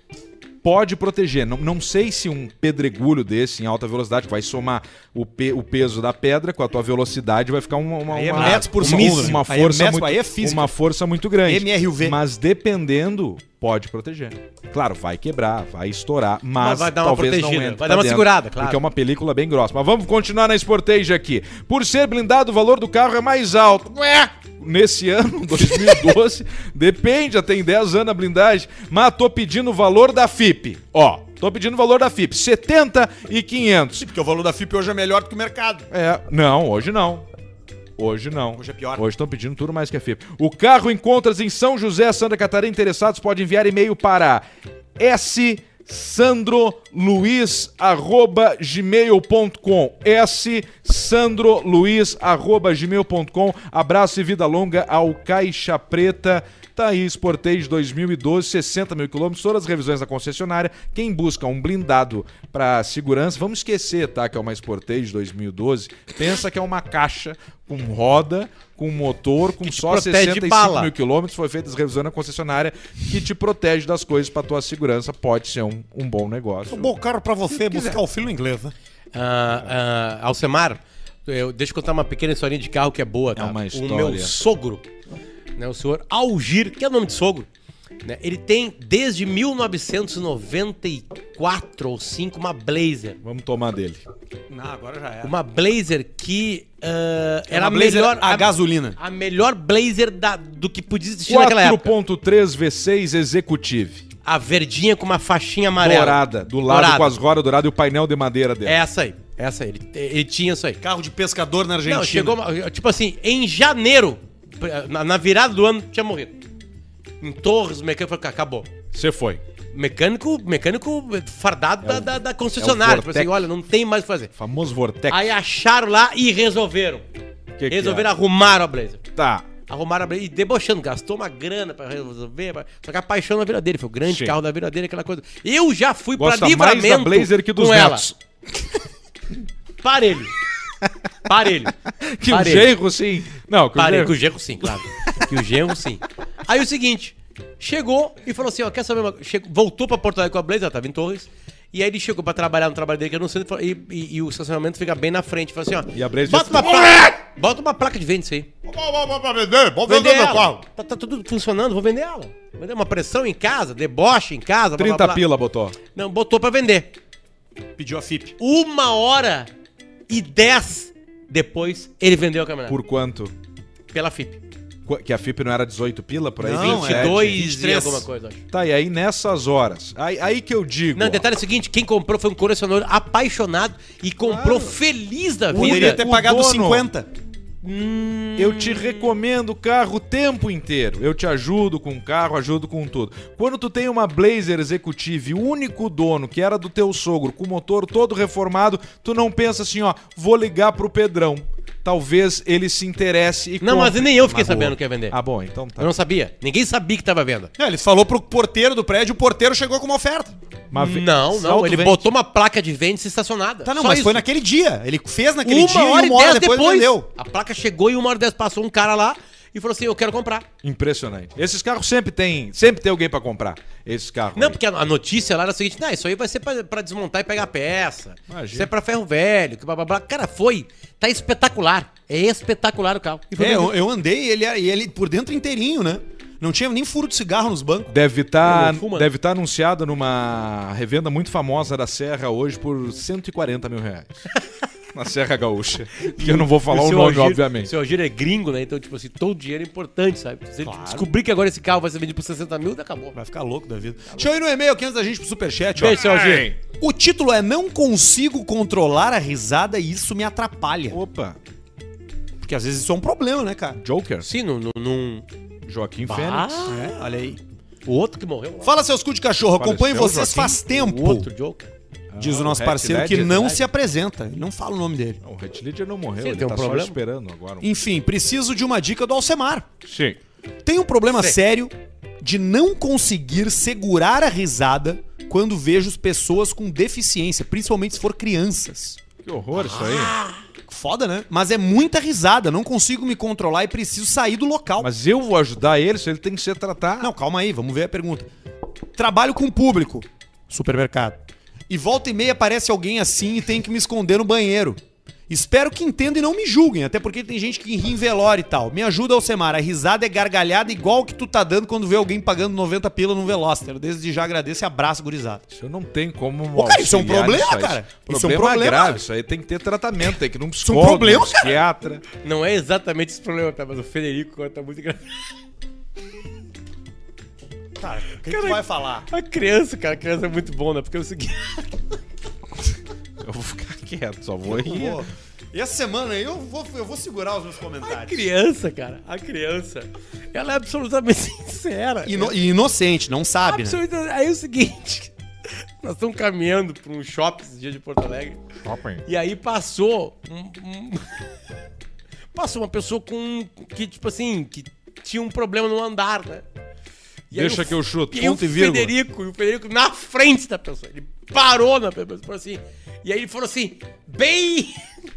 pode proteger. Não sei se um pedregulho desse em alta velocidade vai somar o peso da pedra com a tua velocidade, vai ficar Aí é metros por segundo, né? uma Aí é força metros, muito, aí é física. uma força muito grande. MRUV. Mas dependendo, pode proteger. Claro, vai quebrar, vai estourar, mas vai dar uma talvez não protegida, entre vai pra dar uma dentro, segurada, claro. Porque é uma película bem grossa. Mas vamos continuar na Sportage aqui. Por ser blindado, o valor do carro é mais alto. Ué! Nesse ano, 2012, depende, já tem 10 anos a blindagem, mas tô pedindo o valor da FIP. Ó, tô pedindo o valor da FIP, 70.500. Porque o valor da FIP hoje é melhor do que o mercado. Não, hoje não. Hoje não. Hoje é pior. Hoje estão pedindo tudo mais que a FIP. O carro encontra-se em São José, Santa Catarina. Interessados podem enviar e-mail para sandroluiz@gmail.com. sandroluiz@gmail.com. Abraço e vida longa ao Caixa Preta Tá aí, Sportage 2012, 60 mil quilômetros, todas as revisões da concessionária. Quem busca um blindado para segurança, vamos esquecer, tá, que é uma Sportage 2012, pensa que é uma caixa com roda, com motor, com só protege de 65 bala. mil quilômetros, foi feita as revisões na concessionária, que te protege das coisas para tua segurança, pode ser um bom negócio. Um bom carro pra você buscar o filho inglês, né? Alcemar, deixa eu contar uma pequena historinha de carro que é boa, tá? É uma O história. meu sogro, né, o senhor Algir, que é o nome de sogro, né, ele tem desde 1994 ou 5 uma Blazer. Vamos tomar dele. Não, agora já era. Uma Blazer que era Uma a Blazer melhor... a gasolina. A melhor Blazer do que podia existir naquela época. 4.3 V6 Executive. A verdinha com uma faixinha amarela. Dourada, do lado Dourada. com as rodas douradas e o painel de madeira dela. Essa aí. Ele tinha isso aí. Carro de pescador na Argentina. Não, chegou, tipo assim, em janeiro, na virada do ano, tinha morrido. Em Torres, o mecânico falou, acabou. Você foi. Mecânico fardado da concessionária. Tipo assim, Vortex. olha, não tem mais o que fazer. Famoso Vortex. Aí acharam lá e resolveram. Que Resolveram é? arrumar a Blazer. Tá. Arrumaram a Blazer e debochando, gastou uma grana pra resolver. Só que a paixão da vida dele, foi o grande Sim. carro da vida dele, aquela coisa. Eu já fui Gosta pra mais Livramento da Blazer que dos com ela. netos. Parelho. Que o Parelho. genro, sim. Não, que o Parei, genro... que o genro sim, claro. Que o genro sim. Aí o seguinte, chegou e falou assim, ó, quer saber uma coisa? Voltou pra Porto Alegre com a Blazer, ela tava em Torres. E aí ele chegou pra trabalhar no trabalho dele, que eu não sei, e o estacionamento fica bem na frente. Falou assim, ó, E a Blazer bota uma placa de venda isso aí. Vamos vender meu carro. Tá tudo funcionando, vou vender ela. Vender uma pressão em casa, deboche em casa. 30 blá, blá, blá. pila botou. Não, botou pra vender. Pediu a FIP. 1h10 depois, ele vendeu a caminhonete. Por quanto? Pela FIP. Que a FIP não era 18 pila por aí? Não, 22 e 23. alguma coisa, acho. Tá, e aí nessas horas, aí que eu digo... Não, ó, detalhe é o seguinte, quem comprou foi um colecionador apaixonado e comprou Claro. feliz da Poderia vida. ter o pagado dono. 50. Eu te recomendo o carro o tempo inteiro. Eu te ajudo com o carro, ajudo com tudo. Quando tu tem uma Blazer Executive, o único dono que era do teu sogro, com o motor todo reformado, tu não pensa assim, ó, vou ligar pro Pedrão. Talvez ele se interesse e Não, mas compre. nem eu fiquei Na boa. sabendo que ia vender. Ah, bom, então tá. Eu não sabia. Ninguém sabia que tava à venda. Ele falou pro porteiro do prédio, o porteiro chegou com uma oferta. Mas Não, saldo ele vende. botou uma placa de venda estacionada. Tá, não, Só mas isso. foi naquele dia. Ele fez naquele Uma dia hora e e uma hora 10 depois depois. vendeu. A placa chegou e 1h10 passou um cara lá e falou assim, eu quero comprar. Impressionante. Esses carros sempre tem alguém pra comprar. Esses carros. Não, aí. porque a notícia lá era a seguinte, não, isso aí vai ser pra desmontar e pegar peça. Imagina. Isso é pra ferro velho, que blá, blá, blá. Cara, tá espetacular. É espetacular o carro. E foi vendido. Eu andei e ele por dentro inteirinho, né? Não tinha nem furo de cigarro nos bancos. Deve estar Não fuma, né? anunciado numa revenda muito famosa da Serra hoje por 140 mil reais. Na Serra Gaúcha. Que eu não vou falar o seu nome, Algir- obviamente. O seu Algir é gringo, né? Então, tipo assim, todo dinheiro é importante, sabe? Se ele descobrir que agora esse carro vai ser vendido por 60 mil, acabou. Vai ficar louco da vida. Deixa eu ir no e-mail aqui antes da gente pro superchat, ó. Beijo, seu Algir. O título é Não consigo controlar a risada e isso me atrapalha. Opa, Porque às vezes isso é um problema, né, cara? Joker, Sim, num... Joaquim Fênix. É, olha aí. O outro que morreu lá. Fala, seus cu de cachorro. Acompanho Faleceu, vocês Joaquim? faz tempo. O outro Joker. Diz o nosso Heath parceiro que Ledger, não né? se apresenta. Ele não fala o nome dele. Não, o Heath Ledger não morreu, Sim, ele tem um tá problema. só esperando agora. Enfim, preciso de uma dica do Alcemar. Sim. Tem um problema Sim. sério de não conseguir segurar a risada quando vejo pessoas com deficiência, principalmente se for crianças. Que horror isso aí. Foda, né? Mas é muita risada, não consigo me controlar e preciso sair do local. Mas eu vou ajudar ele, se ele tem que ser tratado. Não, calma aí, vamos ver a pergunta. Trabalho com público. Supermercado. E volta e meia aparece alguém assim e tem que me esconder no banheiro. Espero que entendam e não me julguem, até porque tem gente que ri em velório e tal. Me ajuda, Alcemar. A risada é gargalhada igual que tu tá dando quando vê alguém pagando 90 pila no Veloster. Desde já agradeço e abraço, gurizada. Isso não tem como Ô, cara, isso é um auxiliar problema, nisso aí. cara. Isso é um Problema problema. grave, isso aí tem que ter tratamento, tem que ir num é um psicólogo, problema, num psiquiatra. Não é exatamente esse problema, tá? Mas o Federico agora tá muito engraçado. Cara, o que tu vai falar? A criança é muito bom, né? Porque é o seguinte... Eu vou ficar quieto, só vou rir. Pô, e essa semana aí eu vou segurar os meus A comentários. criança, cara, ela é absolutamente sincera. E inocente, não sabe, né? Absolutamente. Aí é o seguinte, nós estamos caminhando para um shopping esse dia de Porto Alegre, e aí passou passou uma pessoa que, tipo assim, que tinha um problema no andar, né? E aí Deixa que eu chuto. E aí o Ponto e vírgula. Federico na frente da pessoa. Ele parou na pessoa, falou assim. E aí ele falou assim, bem...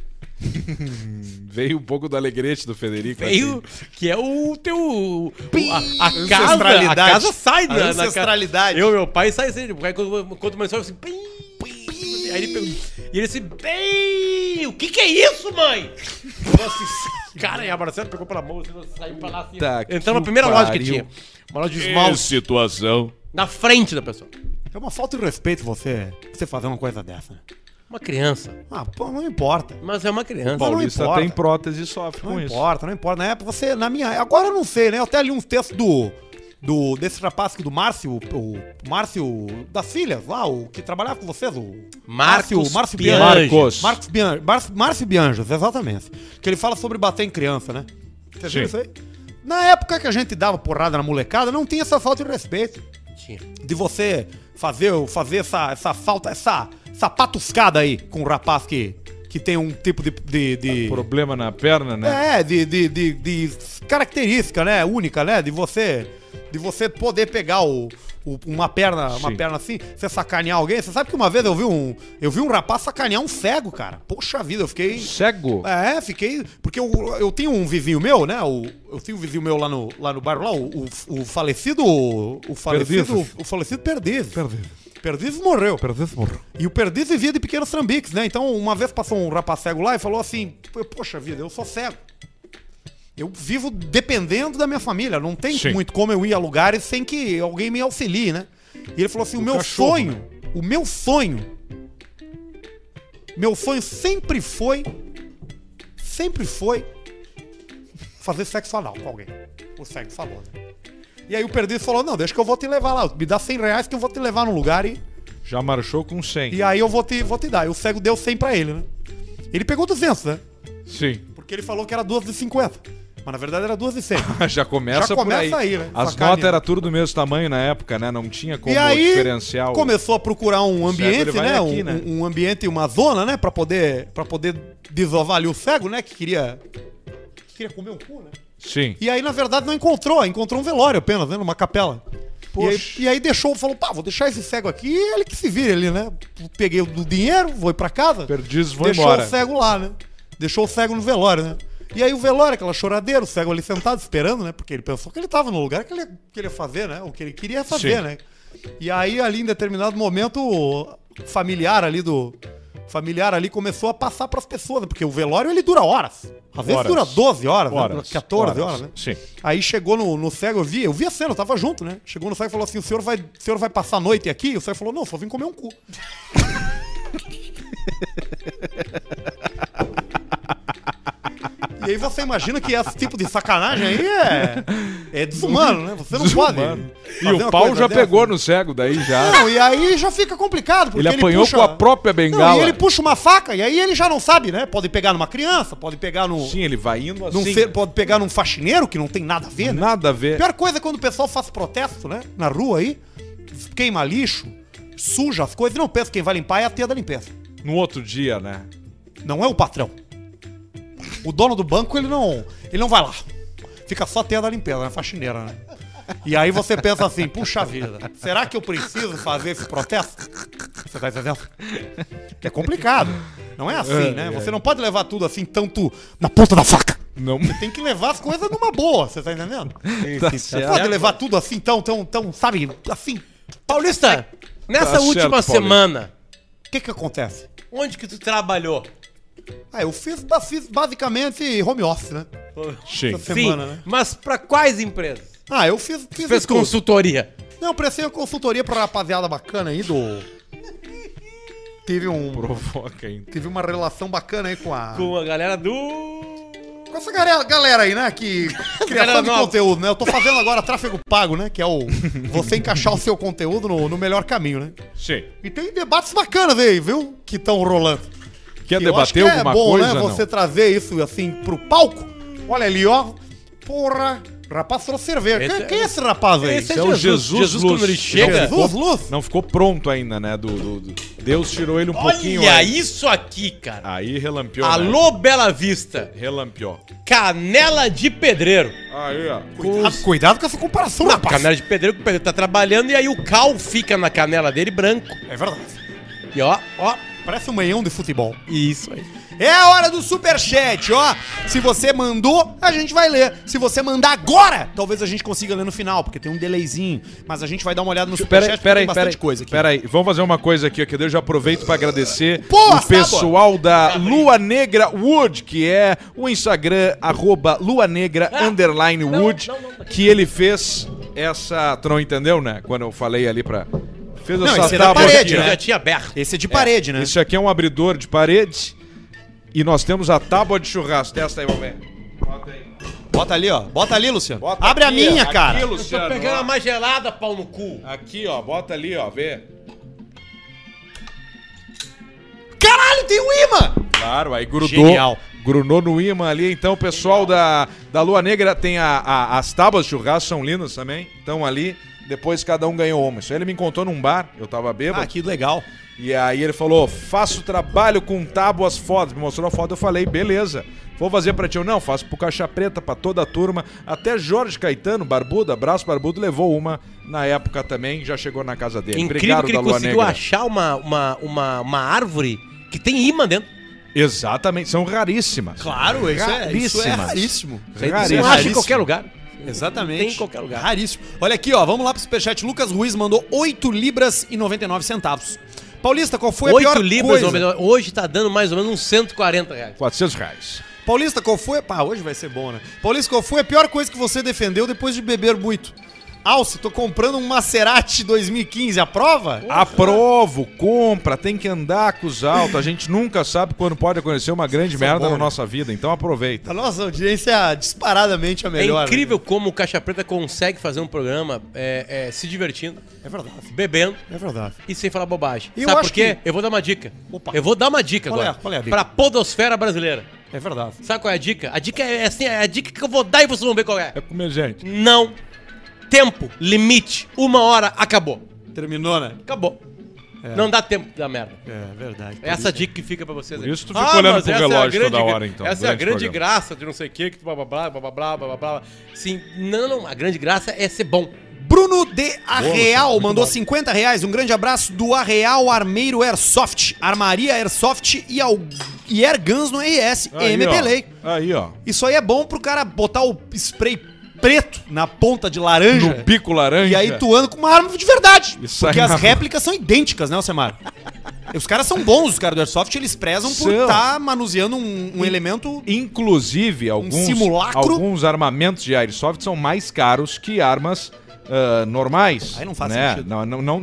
Veio um pouco do alegrete do Federico. Veio, que é o teu... A Ancestralidade. casa sai A na ancestralidade. Eu e meu pai sai assim. Quando começou assim... Bem, bem, aí ele pegou... E ele assim... Bem... O que é isso, mãe? Falou assim, cara, e a Marcela pegou pela mão, assim, saiu pra lá assim... Tá Entrou na que primeira loja que pariu. tinha. Uma loja de Que esmalte. situação. Na frente da pessoa. É uma falta de respeito você fazer uma coisa dessa. né? Uma criança. Ah, pô, não importa. Mas é uma criança. Não Paulista importa. tem prótese e sofre Não com isso. importa, não importa. Na época você, na minha. Agora eu não sei, né? Eu até li uns textos desse rapaz aqui, do Márcio, o Márcio das filhas, lá, o que trabalhava com vocês, o Márcio Marcos. Márcio Bianjos, exatamente. Que ele fala sobre bater em criança, né? Você viu Sim. isso aí? Na época que a gente dava porrada na molecada, não tinha essa falta de respeito. Tinha. De você fazer essa falta, essa patuscada aí com o rapaz que tem um tipo de Problema na perna, né? de característica, né? Única, né? De você poder pegar uma perna assim, você sacanear alguém. Você sabe que uma vez eu vi um rapaz sacanear um cego, cara. Poxa vida, eu fiquei... Cego? Fiquei... Porque eu tinha um vizinho meu, né? Eu tinha um vizinho meu lá no bairro, lá, o falecido... O falecido Perdizes. Perdizes morreu. E o Perdizes vivia de pequenos trambiques, né? Então, uma vez passou um rapaz cego lá e falou assim, poxa vida, eu sou cego. Eu vivo dependendo da minha família. Não tem Sim. muito como eu ir a lugares sem que alguém me auxilie, né? E ele falou assim, o meu sonho sempre foi fazer sexo anal com alguém. O cego falou, né? E aí o Perdido falou, não, deixa que eu vou te levar lá. Me dá 100 reais que eu vou te levar num lugar e Já marchou com 100. aí eu vou te dar. E o cego deu 100 pra ele, né? Ele pegou 200, né? Sim. Porque ele falou que era 2 de 50. Mas na verdade era 2 de 100. Já começa, Já começa por aí. né? As Sacaneando. notas eram tudo do mesmo tamanho na época, né? Não tinha como E aí diferenciar. começou a procurar um ambiente, ele vai né? aqui, né? Um ambiente, uma zona, né? Pra poder desovar ali o cego, né? Que queria comer um cu, né? Sim. E aí, na verdade, não encontrou. Encontrou um velório apenas, né? Numa capela. Poxa. E aí deixou, falou, vou deixar esse cego aqui e ele que se vire ali, né? Peguei o dinheiro, vou ir pra casa. Perdizes, vou Deixou embora. o cego lá, né? Deixou o cego no velório, né? E aí o velório, aquela choradeira, o cego ali sentado esperando, né? Porque ele pensou que ele tava no lugar que ele queria fazer, né? O que ele queria fazer, Sim. né? E aí, ali, em determinado momento, o familiar ali começou a passar pras pessoas, né? Porque o velório, ele dura horas. Às vezes Horas. dura 12 horas, Horas. né? 14 horas, né? Sim. Aí chegou no cego, eu vi a cena, eu tava junto, né? Chegou no cego e falou assim, o senhor vai passar a noite aqui? E o cego falou, não, só vim comer um cu. E aí você imagina que esse tipo de sacanagem aí é desumano, né? Você não Desumano. pode. E fazer o uma pau coisa já dessa. pegou no cego daí já. Não, e aí já fica complicado. Porque Ele apanhou puxa... com a própria Não, bengala. e ele puxa uma faca, e aí ele já não sabe, né? Pode pegar numa criança, pode pegar no. Sim, ele vai indo num assim. pode pegar num faxineiro, que não tem nada a ver, né? Nada a A ver. pior coisa é quando o pessoal faz protesto, né? Na rua aí, queima lixo, suja as coisas, e não pensa que quem vai limpar é a tia da limpeza. No outro dia, né? Não é o patrão. O dono do banco, ele não vai lá. Fica só a tia da limpeza, né? Faxineira, né? E aí você pensa assim, puxa vida, será que eu preciso fazer esse protesto? Você tá entendendo? Que é complicado. Não é assim, né? Você não pode levar tudo assim, tanto na ponta da faca. Não. Tem que levar as coisas numa boa, você tá entendendo? Tá Não certo. pode levar tudo assim, tão, sabe, assim. Paulista, nessa Tá última certo, Paulista. semana, O que acontece? onde que tu trabalhou? Eu fiz basicamente home office, né? Sim. Essa semana, Sim, né? mas pra quais empresas? Eu fiz Fez tudo. consultoria. Não, prestei uma consultoria pra rapaziada bacana aí do... Tive Provoca ainda. Tive uma relação bacana aí com a... Com a galera do... Com essa galera aí, né? Que... Criação de nova. conteúdo, né? Eu tô fazendo agora tráfego pago, né? Que é o... Você encaixar o seu conteúdo no melhor caminho, né? Sim. E tem debates bacanas aí, viu? Que estão rolando. Quer Eu acho debater que alguma é bom, coisa? né? Não? Você trazer isso assim pro palco. Olha ali, ó. Porra, Rapaz trouxe cerveja. Esse Quem é esse rapaz aí? Esse Esse é o Jesus quando Luz. ele chega... Jesus Luz? Não ficou pronto ainda, né? Deus tirou ele um pouquinho Olha aí. isso aqui, cara. Aí relampeou. Né? Alô, Bela Vista. Relampeou. Canela de pedreiro. Aí, ó. Cuidado com essa comparação, Não, rapaz. canela de pedreiro que o pedreiro tá trabalhando e aí o cal fica na canela dele branco. É verdade. E ó. Parece um meião de futebol. Isso aí. É a hora do superchat, ó. Se você mandou, a gente vai ler. Se você mandar agora, talvez a gente consiga ler no final, porque tem um delayzinho. Mas a gente vai dar uma olhada no superchat, porque tem bastante coisa aqui. Peraí, vamos fazer uma coisa aqui, que eu já aproveito pra agradecer Pô, o pessoal da Lua Negra Wood, que é o Instagram, @luanegra_wood, que ele fez essa... Tu não entendeu, né? Quando eu falei ali pra... Fez Não, essa esse é da tábua parede, aqui, né? Já tinha aberto. Esse é de parede, né? Esse aqui é um abridor de parede. E nós temos a tábua de churrasco. Testa aí, vamos ver. Bota aí. Bota ali, ó. Bota ali, Luciano. Bota Abre aqui, a minha, aqui, cara. Luciano, Tô pegando ó. a mais gelada, pau no cu. Aqui, ó. Bota ali, ó. Vê. Caralho, tem um imã! Claro, aí grudou. Genial. Grudou no imã ali. Então o pessoal da Lua Negra tem as tábuas de churrasco, são lindas também. Estão ali. Depois cada um ganhou uma. Isso aí ele me encontrou num bar. Eu tava bêbado. Ah, que legal. E aí ele falou, faço trabalho com tábuas fodas. Me mostrou a foto, eu falei, beleza. Vou fazer pra ti. Eu, não, faço pro Caixa Preta, pra toda a turma. Até Jorge Caetano, Barbudo, abraço Barbudo, levou uma na época também, já chegou na casa dele. Incrível que ele da Lua conseguiu Negra. achar uma árvore que tem imã dentro. Exatamente, são raríssimas. Claro, isso é Raríssimas. raríssimo. Você não Raríssimas. acha em qualquer lugar. Exatamente. Tem em qualquer lugar. Raríssimo. Olha aqui, ó. Vamos lá pro superchat. Lucas Ruiz mandou 8 libras e 99 centavos. Paulista, qual foi a 8 pior libras, coisa? hoje tá dando mais ou menos uns 140 reais. R$400. Paulista, qual foi... Pá, hoje vai ser bom, né? Paulista, qual foi a pior coisa que você defendeu depois de beber muito? Alce, tô comprando um Maserati 2015, aprova? Aprovo, compra, tem que andar com os altos. A gente nunca sabe quando pode acontecer uma grande merda bom, na né? nossa vida, então aproveita. A nossa audiência é disparadamente a melhor. É incrível como o Caixa Preta consegue fazer um programa se divertindo, Né? É verdade. bebendo É verdade. e sem falar bobagem. Eu Sabe acho por quê? que- Eu vou dar uma dica. Opa. Eu vou dar uma dica Qual é? agora. Qual é a dica? Pra podosfera brasileira. É verdade. Sabe qual é a dica? A dica é assim, é a dica que eu vou dar e vocês vão ver qual é. É comer gente. Não. Tempo, limite, 1 hora, acabou. Terminou, né? Acabou. Não dá tempo da merda. É verdade. É essa dica que fica pra vocês Por aí. isso tu fica olhando mas pro essa relógio é a grande, toda hora, então, Essa é a durante o grande programa. graça de não sei o que blá, blá, blá, blá, blá, blá, blá, blá. Sim, não, a grande graça é ser bom. Bruno de Arreal muito mandou bom. 50 reais. Um grande abraço do Arreal Armeiro Airsoft, Armaria Airsoft e Airguns no RS, Aí, MPLay. ó. Aí, ó. Isso aí é bom pro cara botar o spray preto na ponta de laranja. No bico laranja. E aí tu anda com uma arma de verdade. E sai Porque na as réplicas são idênticas, né, Alcemar? Os caras são bons, os caras do Airsoft, eles prezam por São. estar manuseando um elemento... Inclusive, simulacro? alguns armamentos de Airsoft são mais caros que armas normais. Aí não faz né? sentido.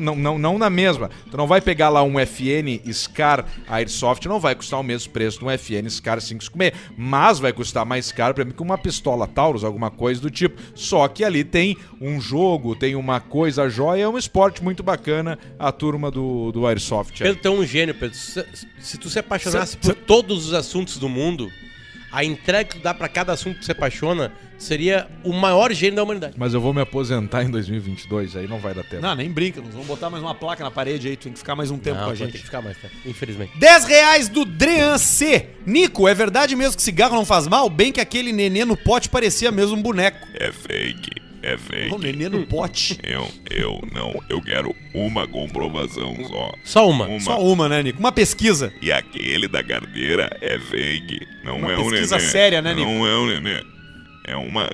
Não na mesma. Tu não vai pegar lá um FN Scar Airsoft, não vai custar o mesmo preço de um FN Scar 556, mas vai custar mais caro pra mim que uma pistola Taurus, alguma coisa do tipo. Só que ali tem um jogo, tem uma coisa jóia, é um esporte muito bacana a turma do Airsoft. Pedro, tu é um gênio, Pedro. Se tu se apaixonasse por todos os assuntos do mundo, a entrega que tu dá pra cada assunto que tu se apaixona seria o maior gênio da humanidade. Mas eu vou me aposentar em 2022, aí não vai dar tempo. Não, nem brinca, nós vamos botar mais uma placa na parede aí, tu tem que ficar mais um tempo com a Tem gente. que ficar mais tempo, infelizmente. 10 reais do Drean C. Nico, é verdade mesmo que cigarro não faz mal? Bem que aquele nenê no pote parecia mesmo um boneco. É fake, é fake. O nenê no pote. Eu quero uma comprovação só. Só uma. Só uma, né, Nico? Uma pesquisa. E aquele da carteira é fake. Não Uma é um nenê. pesquisa séria, né, Nico? Não é um nenê. É uma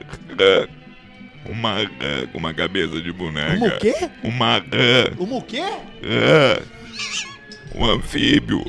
com uma cabeça de boneca. Uma o quê? Uma Uma o quê? um anfíbio.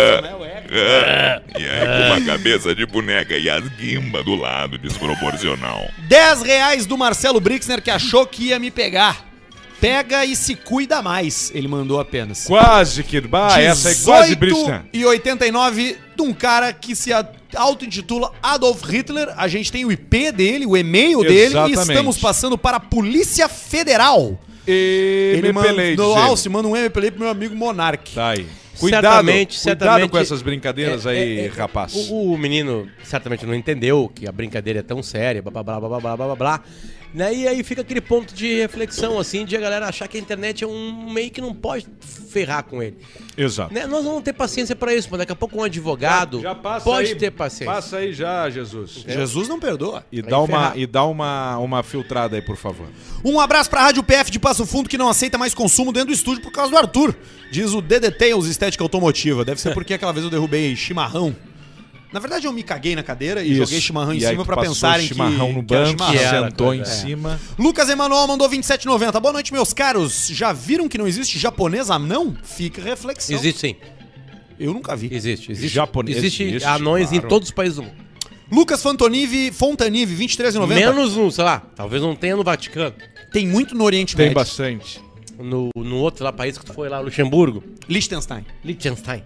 E aí com uma cabeça de boneca e as guimbas do lado, desproporcional. 10 reais do Marcelo Brixner que achou que ia me pegar. Pega e se cuida mais, ele mandou apenas. Quase que... essa é quase Bristan. 18,89 de um cara que se auto-intitula Adolf Hitler. A gente tem o IP dele, o e-mail dele, e Exatamente. estamos passando para a Polícia Federal. E Ele me pelei, mandou, diz ele. Alce, manda um MP pro meu amigo Monark. Tá aí. Cuidado com essas brincadeiras aí, rapaz. O menino certamente não entendeu que a brincadeira é tão séria, blá, blá, blá, blá, blá, blá, blá, blá. Né? E aí fica aquele ponto de reflexão, assim, de a galera achar que a internet é um meio que não pode ferrar com ele. Exato. Né? Nós vamos ter paciência pra isso, mas daqui a pouco um advogado Já passa pode aí, ter paciência. Passa aí já, Jesus. Jesus não perdoa. E Vai dá uma filtrada aí, por favor. Um abraço pra Rádio PF de Passo Fundo, que não aceita mais consumo dentro do estúdio por causa do Arthur. Diz o DD Tales Estética Automotiva. Deve ser porque aquela vez eu derrubei chimarrão. Na verdade, eu me caguei na cadeira e joguei chimarrão em E aí cima tu pra passou pensarem chimarrão no que era banco, chimarrão. sentou em cima. Lucas Emanuel mandou 27,90. Boa noite, meus caros. Já viram que não existe japonês anão? Fica reflexão. Existe sim. Eu nunca vi. Existe. Japonês Existe existe, anões em claro. todos os países do mundo. Lucas Fontanive, 23,90. Menos no, sei lá, talvez não tenha no Vaticano. Tem muito no Oriente Tem Médio. bastante. No outro lá, país que tu foi lá, Luxemburgo. Liechtenstein. Liechtenstein.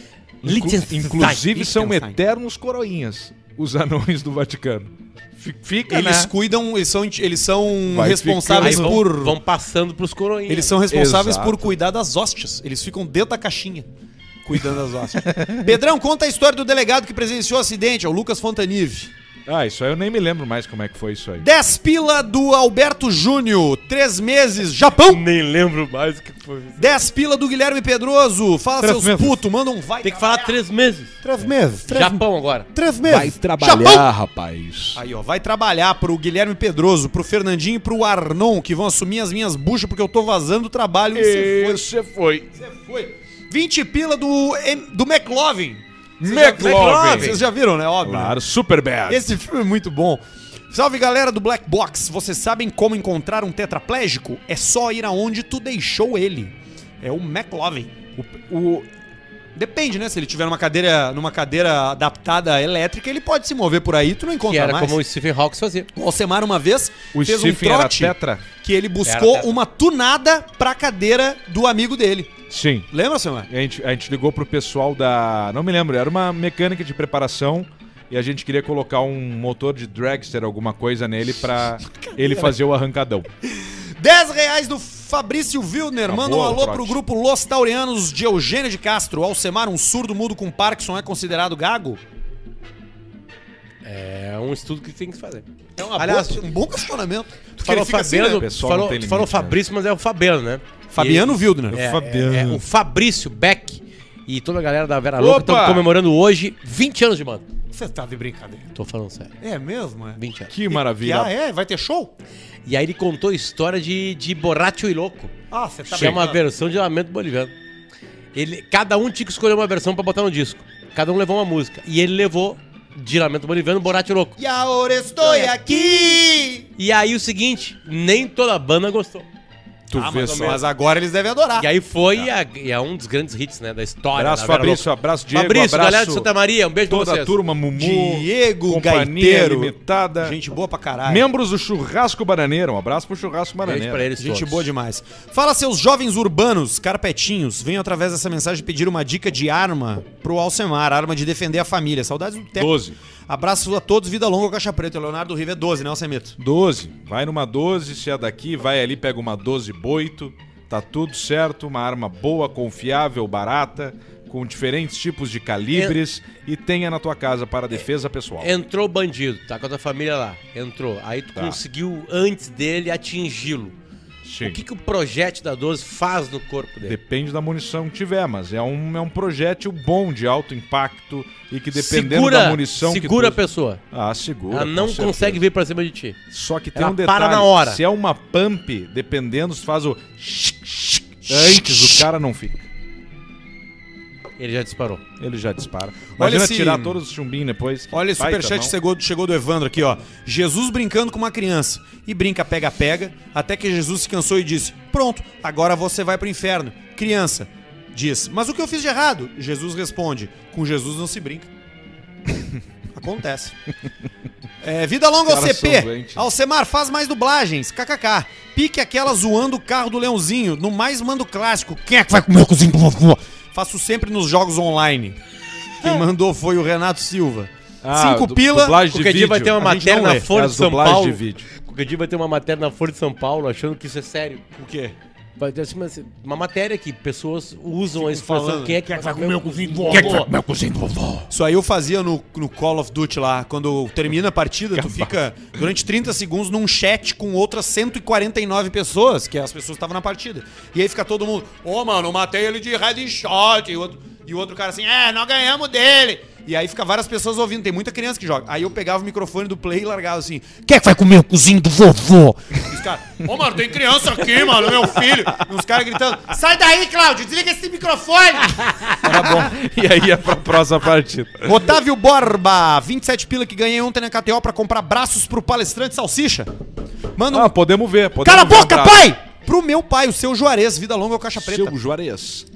Inclusive são Liechtenstein. eternos coroinhas, os anões do Vaticano. Fica, Eles né? cuidam, eles são Vai responsáveis ficando. por... Vão passando pros coroinhas. Eles são responsáveis Exato. por cuidar das hóstias. Eles ficam dentro da caixinha, cuidando das hóstias. Pedrão, conta a história do delegado que presenciou o acidente, é o Lucas Fontanive. Ah, isso aí eu nem me lembro mais como é que foi isso aí. 10 pila do Alberto Júnior, 3 meses, Japão. Nem lembro mais o que foi. 10 pila do Guilherme Pedroso, fala 3 seus meses. putos, manda um vai. Tem que falar 3 meses. 3 meses. Japão agora. 3 meses. Vai trabalhar, rapaz. Aí, ó, vai trabalhar pro Guilherme Pedroso, pro Fernandinho e pro Arnon, que vão assumir as minhas buchas porque eu tô vazando do trabalho. E Você foi. você foi. 20 pila do McLovin. McLovin. Vocês já viram, né? Óbvio. Claro, super bad. Esse filme é muito bom. Salve, galera do Black Box. Vocês sabem como encontrar um tetraplégico? É só ir aonde tu deixou ele. É o McLovin. Depende, né? Se ele tiver numa cadeira adaptada elétrica, ele pode se mover por aí, tu não Que encontra era mais. como o Stephen Hawking fazia. O Alcemar uma vez O fez um Stephen era trote tetra? que ele buscou Era tetra. uma tunada pra cadeira do amigo dele. Sim. Lembra, Alcemar? A gente ligou pro pessoal da... Não me lembro, era uma mecânica de preparação e a gente queria colocar um motor de dragster, alguma coisa nele pra ele fazer o arrancadão. 10 reais do Fabrício Wildner. Uma Manda um boa, alô trote. pro grupo Los Taurianos de Eugênio de Castro. Alcemar, um surdo mudo com Parkinson é considerado gago? É um estudo que tem que fazer. É uma Aliás, um bom questionamento. Tu falou Fabiano, Pessoal falou, não tem tu falou limite, né? Fabrício, mas é o Fabiano, né? Fabiano Wildner. O Fabrício Beck e toda a galera da Vera Louca estão comemorando hoje 20 anos de banda. Você tá de brincadeira. Tô falando sério. É mesmo, é? 20 anos. Que maravilha. Vai ter show? E aí ele contou a história de Borracho e Louco. Ah, você tá Que é uma versão de Lamento Boliviano. Cada um tinha que escolher uma versão pra botar no disco. Cada um levou uma música. E ele levou de Lamento Boliviano, Borracho e Louco. E agora estou aqui. E aí o seguinte, nem toda a banda gostou. Tu vê só. Mas agora eles devem adorar. E aí foi e é um dos grandes hits, né, da história. Abraço, da Vera Fabrício. Louca. Abraço, Diego. Fabrício, abraço galera de Santa Maria, um beijo pra toda vocês. a turma, Mumu. Diego Companhia Gaiteiro. Limitada. Gente boa pra caralho. Membros do Churrasco Bananeiro. Um abraço pro Churrasco Beijo Bananeiro. pra eles Gente todos. boa demais. Fala, seus jovens urbanos, carpetinhos, venham através dessa mensagem pedir uma dica de arma pro Alcemar, arma de defender a família. Saudades do Teco. 12. Abraço a todos, vida longa, caixa preta. O Leonardo Riva é 12, né, Alcemito? 12. Vai numa 12, se é daqui, vai ali, pega uma 12 boito. Tá tudo certo, uma arma boa, confiável, barata, com diferentes tipos de calibres e tenha na tua casa para defesa pessoal. Entrou bandido, tá com a tua família lá. Entrou. Aí tu Tá. conseguiu, antes dele, atingi-lo. Sim. O que o projétil da 12 faz no corpo dele? Depende da munição que tiver, mas é um projétil bom, de alto impacto e que dependendo da munição segura a que tu... pessoa. Ah, segura. Ela não com certeza. consegue vir pra cima de ti. Só que tem Ela um detalhe. para na hora. Se é uma pump, dependendo, se faz o... Antes, o cara não fica. Ele já disparou. Ele já dispara. Olha Imagina esse- tirar todos os chumbinhos depois. Olha esse Baita, superchat não? chegou do Evandro aqui, ó. Jesus brincando com uma criança. E brinca, pega, pega, até que Jesus se cansou e disse: pronto, agora você vai pro inferno. Criança diz: mas o que eu fiz de errado? Jesus responde: com Jesus não se brinca. Acontece. Vida longa ao Caras são CP. doentes. Alcemar, faz mais dublagens. KKK. Pique aquela zoando o carro do Leãozinho. No mais mando clássico. Quem é que vai comer o cozinho? Faço sempre nos jogos online. Quem mandou foi o Renato Silva. 5 pila. Dublagem de Qualquer dia vídeo. vai ter uma A gente matéria não lê. na Folha As de São dublagens Paulo. de vídeo. Qualquer dia vai ter uma matéria na Folha de São Paulo achando que isso é sério. O quê? Vai ter assim, uma matéria que pessoas usam a expressão. falando. Quem é que vai comer o cozinho do Quem é que vai comer o cozinho do vovó? Isso aí eu fazia no Call of Duty lá. Quando termina a partida, tu fica durante 30 segundos num chat com outras 149 pessoas, que as pessoas estavam na partida. E aí fica todo mundo, mano, eu matei ele de headshot. E o outro cara assim, nós ganhamos dele. E aí fica várias pessoas ouvindo, tem muita criança que joga. Aí eu pegava o microfone do Play e largava assim, quem é que vai comer o cozinho do vovô? E os caras, mano, tem criança aqui, mano, meu filho. E os caras gritando, sai daí, Cláudio, desliga esse microfone. Era bom. E aí ia pra próxima partida. Otávio Borba, 27 pila que ganhei ontem na KTO pra comprar braços pro palestrante Salsicha. Manda Ah, podemos ver. Cala a ver um boca, braço. pai! Pro meu pai, o seu Juarez, vida longa ou caixa preta. Seu Juarez.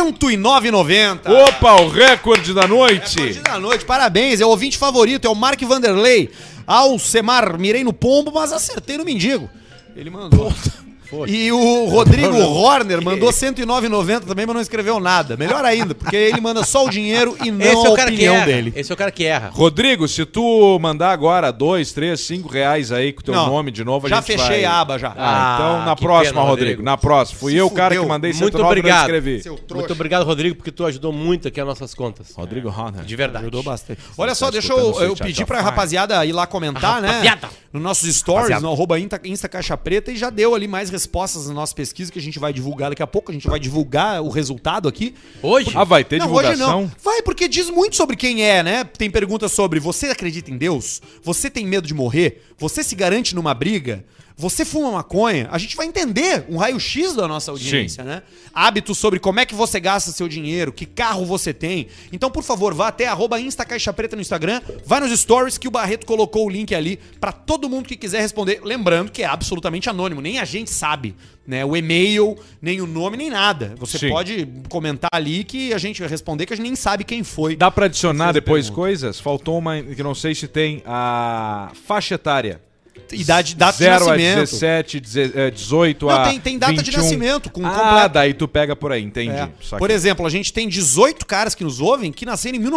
109,90. Opa, o recorde da noite. Recorde da noite, parabéns. É o ouvinte favorito, é o Mark Vanderlei. Alcemar, mirei no pombo, mas acertei no mendigo. Ele mandou. E o Rodrigo Horner mandou 109,90 também, mas não escreveu nada. Melhor ainda, porque ele manda só o dinheiro e não Esse é a o cara que opinião erra. dele. Esse é o cara que erra. Rodrigo, se tu mandar agora 2, 3, 5 reais aí com o teu Não, nome de novo, a já gente fechei vai... a aba já. Então na que próxima, pena, Rodrigo. Rodrigo. Na próxima. Fui Se eu o cara fudeu. que mandei Muito 109 pra obrigado. escrever. Seu trouxa. Muito obrigado, Rodrigo, porque tu ajudou muito aqui as nossas contas. Rodrigo Honner. De verdade. Ajudou bastante. Olha só, tá deixa escutando eu o pedir Chat pra of rapaziada ir lá comentar, né? Rapaziada. Nos nossos stories, no arroba Insta Caixa Preta, e já deu ali mais respostas na nossa pesquisa que a gente vai divulgar daqui a pouco. A gente vai divulgar o resultado aqui. Hoje? Ah, vai ter Não, hoje divulgação? não. Vai, porque diz muito sobre quem é, né? Tem perguntas sobre você acredita em Deus? Você tem medo de morrer? Você se garante numa briga? Você fuma maconha? A gente vai entender um raio-x da nossa audiência, né? Hábitos sobre como é que você gasta seu dinheiro, que carro você tem. Então, por favor, vá até Insta Caixa Preta no Instagram, vai nos stories que o Barreto colocou o link ali pra todo mundo que quiser responder. Lembrando que é absolutamente anônimo, nem a gente sabe, né? O e-mail, nem o nome, nem nada. Você Sim. pode comentar ali que a gente vai responder, que a gente nem sabe quem foi. Dá pra adicionar Fez a depois pergunta. coisas? Faltou uma que não sei se tem a faixa etária. Idade, data de 0 a nascimento. 17, 18 Não, a tem data de 21. nascimento, com Ah, completo. daí tu pega por aí, entendi. É. Saquei. Por exemplo, a gente tem 18 caras que nos ouvem que nasceram em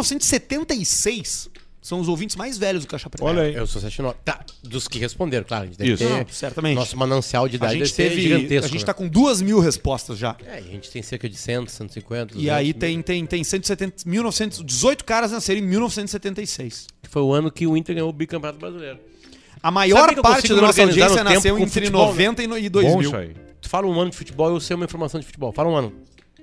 1976. São os ouvintes mais velhos do Caixa Preta. Olha aí. Eu sou 79. Tá, dos que responderam, claro. A gente deve Isso. ter. Não, certamente. Nosso manancial de A idade gente deve ser teve. gigantesco. A gente né? tá com 2.000 respostas já. É, e a gente tem cerca de 100, 150. E aí tem 170, 18 caras nasceram em 1976. Que foi o ano que o Inter ganhou o bicampeonato brasileiro. A maior Sabe que eu parte consigo da me nossa organizar audiência no tempo nasceu com entre futebol, 90 e Bom 2000. isso aí. Tu fala um ano de futebol, eu sei uma informação de futebol. Fala um ano.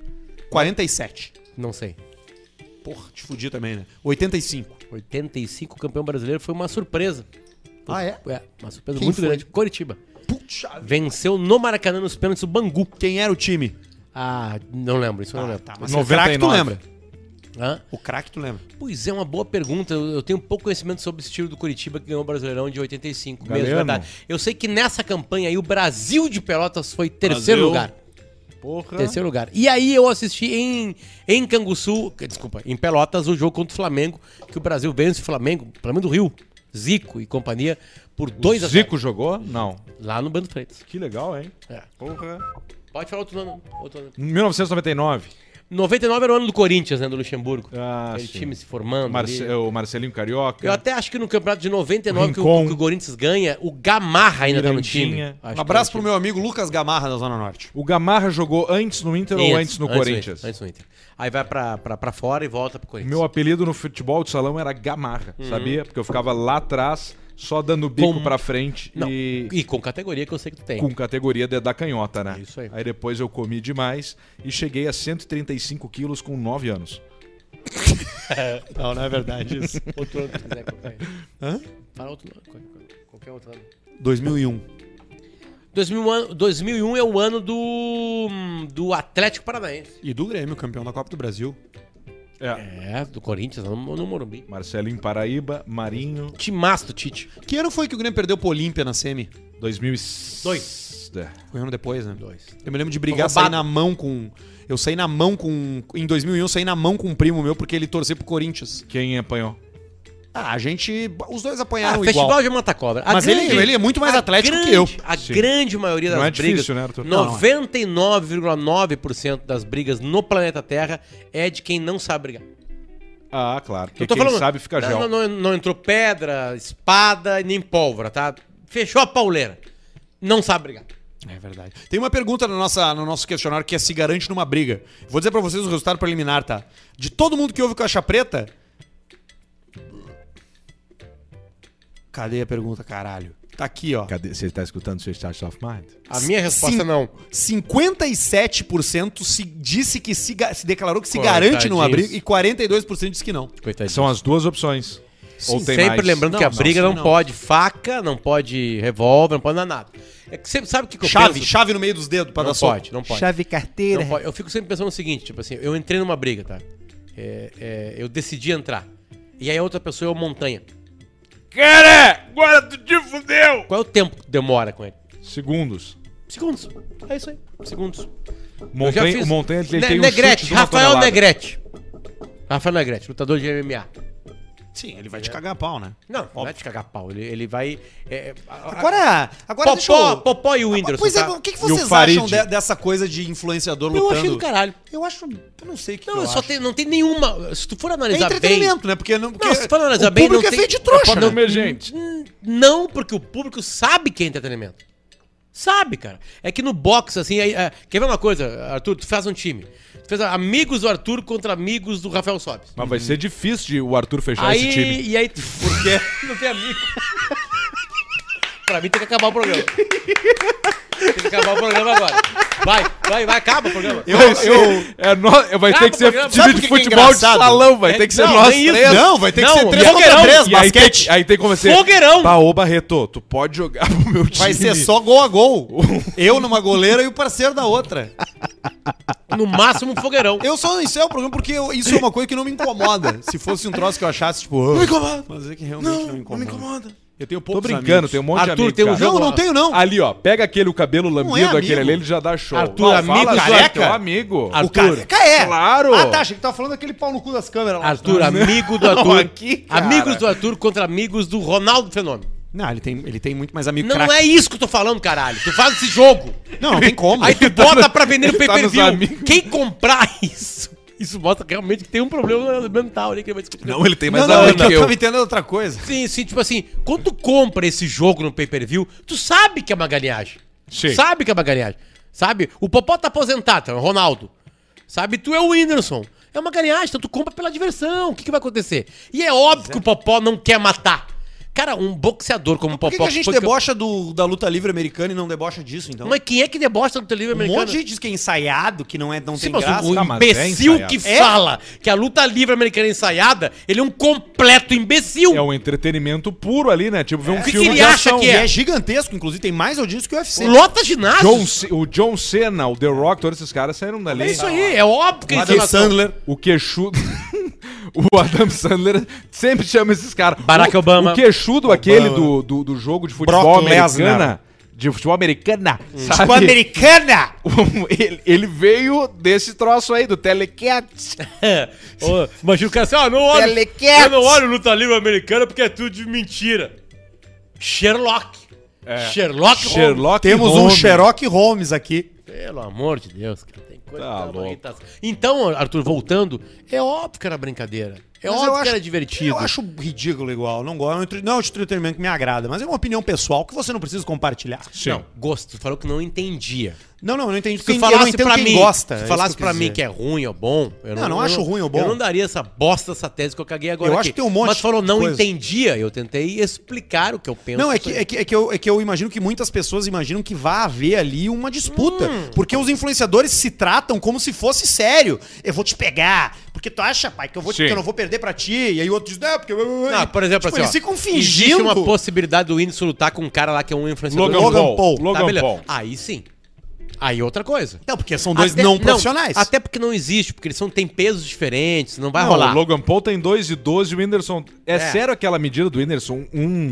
47. Não sei. Porra, te fudi também, né? 85. 85, campeão brasileiro, foi uma surpresa. Ah, é? É, uma surpresa Quem muito foi? grande. Coritiba. Puxa. Venceu no Maracanã nos pênaltis o Bangu. Quem era o time? Ah, não lembro, isso eu não lembro. Tá, mas 99. o craque tu lembra? Hã? O craque tu lembra? Pois é, uma boa pergunta. Eu tenho pouco conhecimento sobre o estilo do Coritiba que ganhou o Brasileirão de 85 mesmo, Galeno. verdade. Eu sei que nessa campanha aí o Brasil de Pelotas foi terceiro lugar. Porra. Terceiro lugar. E aí eu assisti em Canguçu, desculpa, em Pelotas, o jogo contra o Flamengo, que o Brasil vence o Flamengo do Rio, Zico e companhia, por 2 a 0. Zico jogou? Não. Lá no Bando Freitas. Que legal, hein? É. Porra. Pode falar outro ano. 1999. 99 era o ano do Corinthians, né, do Luxemburgo. Ah, Aquele sim. time se formando. ali. O Marcelinho Carioca. Eu até acho que no campeonato de 99 que Rincon. que o Corinthians ganha, o Gamarra ainda tá no time. Mirandinha. Acho Um que abraço tá pro no meu amigo Lucas Gamarra da Zona Norte. O Gamarra jogou antes no Inter time. ou antes no Corinthians? Antes no Inter. Aí vai pra fora e volta pro Corinthians. Meu apelido no futebol de salão era Gamarra, sabia? Porque eu ficava lá atrás, só dando bico Com- pra frente Não, e e com categoria que eu sei que tu tem. com categoria da canhota, né? Isso aí. Aí depois eu comi demais e cheguei a 135 quilos com 9 anos. Não, não é verdade isso. Outro ano que tu quiser colocar aí. Hã? Fala outro ano. Qualquer outro ano. 2001. 2001 é o ano do Atlético Paranaense. E do Grêmio, campeão da Copa do Brasil. É, do Corinthians, no Morumbi. Marcelinho Paraíba, Marinho, Timaço do Tite. Que ano foi que o Grêmio perdeu pro Olímpia na semi? 2002. Foi um ano depois, né? 2. Eu me lembro de brigar, Foi roubado. sair na mão com... Eu saí na mão com... Em 2001, eu saí na mão com um primo meu porque ele torcia pro Corinthians. Quem apanhou? Ah, a gente... Os dois apanharam igual. Festival de Mata-Cobra. A Mas ele é muito mais a atlético que eu. A Sim. grande maioria das Não é brigas, difícil, né, Arthur? 99,9% das brigas no planeta Terra é de quem não sabe brigar. Ah, claro. Porque Eu tô quem falando, sabe fica gel. não entrou pedra, espada, nem pólvora, tá? Fechou a pauleira. Não sabe brigar. É verdade. Tem uma pergunta no nosso questionário que é se garante numa briga. Vou dizer pra vocês o resultado preliminar, tá? De todo mundo que ouve Caixa Preta... Cadê a pergunta, caralho? Tá aqui, ó. Cadê? Você tá escutando o seu State of Mind? A minha resposta não. 57% disse que se declarou que se Coitadinhos. garante numa briga e 42% disse que não. Coitadinho. São as duas opções. Ou tem Sempre mais? lembrando que a Não, briga não, não pode faca, não pode revólver, não pode nada. É que você sabe o que eu penso? Chave no meio dos dedos pra Não dar soco. pode, não pode. Chave carteira. Não pode. Eu fico sempre pensando no seguinte, tipo assim, eu entrei numa briga, tá? Eu decidi entrar. E aí a outra pessoa é o Montanha. Cara, agora tu te fudeu! Qual é o tempo que demora com ele? Segundos. Segundos. É isso aí. Segundos. O Montanha ele tem um Negrete, chute de uma Rafael tonelada. Negrete. Rafael Negrete, lutador de MMA. Sim, ele vai te cagar a pau, né? Não vai te cagar pau. Ele vai... Agora deixa eu... Popó e o Whindersson, Pois é, tá? o que E o vocês Farid? acham dessa coisa de influenciador Eu lutando? achei do caralho. Eu acho... Eu não sei o que Não, eu só acho. não tem nenhuma... Se tu for É analisar bem... entretenimento, né? Porque Não, se tu for analisar o bem, público não é tem... feio de trouxa, Não, né? gente. Não, porque o público sabe que é entretenimento. Sabe, cara. É que no boxe, assim... quer ver uma coisa, Arthur? Tu faz um time. Tu fez amigos do Arthur contra amigos do Rafael Sobes. Mas vai ser difícil de o Arthur fechar esse time. E aí... Por quê? Não tem amigo. Pra mim tem que acabar o programa. Tem que acabar o programa agora. Vai, acaba o programa. Vai ter que ser programa. time Sabe de por que que é futebol de engraçado? salão, vai ter que ser Não, nós nem isso. três. Não, vai ter que Não, ser 3 fogueirão. contra 3, E aí tem, basquete. aí tem como ser... Fogueirão. Tá, ô Barreto, tu pode jogar pro meu time. Vai ser só gol a gol. Eu numa goleira e o parceiro da outra. No máximo um fogueirão. Eu só não encerro o programa porque isso é uma coisa que não me incomoda. Se fosse um troço que eu achasse, tipo... Não me incomoda. Mas é que realmente não me incomoda. Eu tenho Tô poucos brincando, amigos. tem um monte de Arthur, amigos, tem um cara. jogo- Não tenho não. Ali, ó, pega aquele o cabelo Não é lambido, amigo. aquele ali, ele já dá show. Arthur, amigo fala, do Zé, careca? teu amigo. Arthur. O careca é. Claro. Ah, tá. Achei que tava falando daquele pau no cu das câmeras lá. Arthur, amigo do Arthur. aqui, cara. Amigos do Arthur contra amigos do Ronaldo Fenômeno. Não, ele tem muito mais amigo Não, craque. não é isso que eu tô falando, caralho. Tu faz esse jogo. Não tem como. Aí tu bota pra vender no ele tá nos pay-per-view. amigos. Quem comprar isso mostra realmente que tem um problema mental ali que ele vai discutir. Não, ele tem mais Não, amigo eu que eu. tava entendendo outra coisa. Sim, tipo assim, quando tu compra esse jogo no pay-per-view, tu sabe que é uma galinhagem. Sim. Sabe que é uma galinhagem. Sabe? O Popó tá aposentado, é o Ronaldo. Sabe? Tu é o Whindersson. É uma galinhagem, então tu compra pela diversão. O que vai acontecer? E é óbvio que o Popó não quer matar. Cara, um boxeador como o Por Popó... que a gente debocha da luta livre americana e não debocha disso, então? Mas quem é que debocha da luta livre Um americana? monte de gente diz que é ensaiado, que não Sim, tem mas graça. o Tá, mas é imbecil ensaiado. que É? fala que a luta livre americana é ensaiada, ele é um completo imbecil. É um entretenimento puro ali, né? Tipo, ver um que filme ele de acha ação. que E é? é gigantesco, inclusive tem mais audiência que o UFC. Lota ginásio. O John Cena, o The Rock, todos esses caras saíram dali. É isso aí, é óbvio que O eles Adam são- Sandler. O queixudo. O Adam Sandler sempre chama esses caras. Barack Obama. O queixudo aquele do jogo de futebol Brock americana. Lesnar. De futebol americana. Tipo Sabe? americana! Ele veio desse troço aí, do Telecat. Ô, imagina o cara assim, não olho, Telecat. eu não olho luta livre americana porque é tudo de mentira. Sherlock. Sherlock Holmes. Sherlock Temos um Holmes. Sherlock Holmes aqui. Pelo amor de Deus, cara. Tem coisa Tá que dá uma louco. irritação. Então, Arthur, voltando, é óbvio que era brincadeira. É Mas óbvio eu que era acho- divertido. Eu acho ridículo igual. Não gosto. Não é um entretenimento que me agrada, mas é uma opinião pessoal que você não precisa compartilhar. Sim. Não, gosto. Tu falou que não entendia. Não, eu não entendi. Se tu eu não falasse entendo pra quem mim, gosta. se é tu falasse isso que eu pra quis mim dizer. que é ruim ou bom, eu Não acho ruim ou bom. Eu não daria essa bosta, essa tese que eu caguei agora Eu aqui. acho que tem um monte Mas tu falou de não coisa. entendia, eu tentei explicar o que eu penso. Não, é sobre- que eu imagino que muitas pessoas imaginam que vai haver ali uma disputa. Porque os influenciadores se tratam como se fosse sério. Eu vou te pegar, porque tu acha, pai, que eu, Sim. que eu não vou perder pra ti. E aí o outro diz, não, porque... Não, por exemplo, tipo, assim, eles ó, ficam existe fingindo. uma possibilidade do Whindersson lutar com um cara lá que é um influenciador. Logan Paul. Tá, Logan beleza. Paul. Aí sim. Aí outra coisa. Não, porque são dois Até- não profissionais. Até porque não existe, porque eles têm pesos diferentes, não vai Não, rolar. o Logan Paul tem 2,12 e o Whindersson... É, É. sério aquela medida do Whindersson?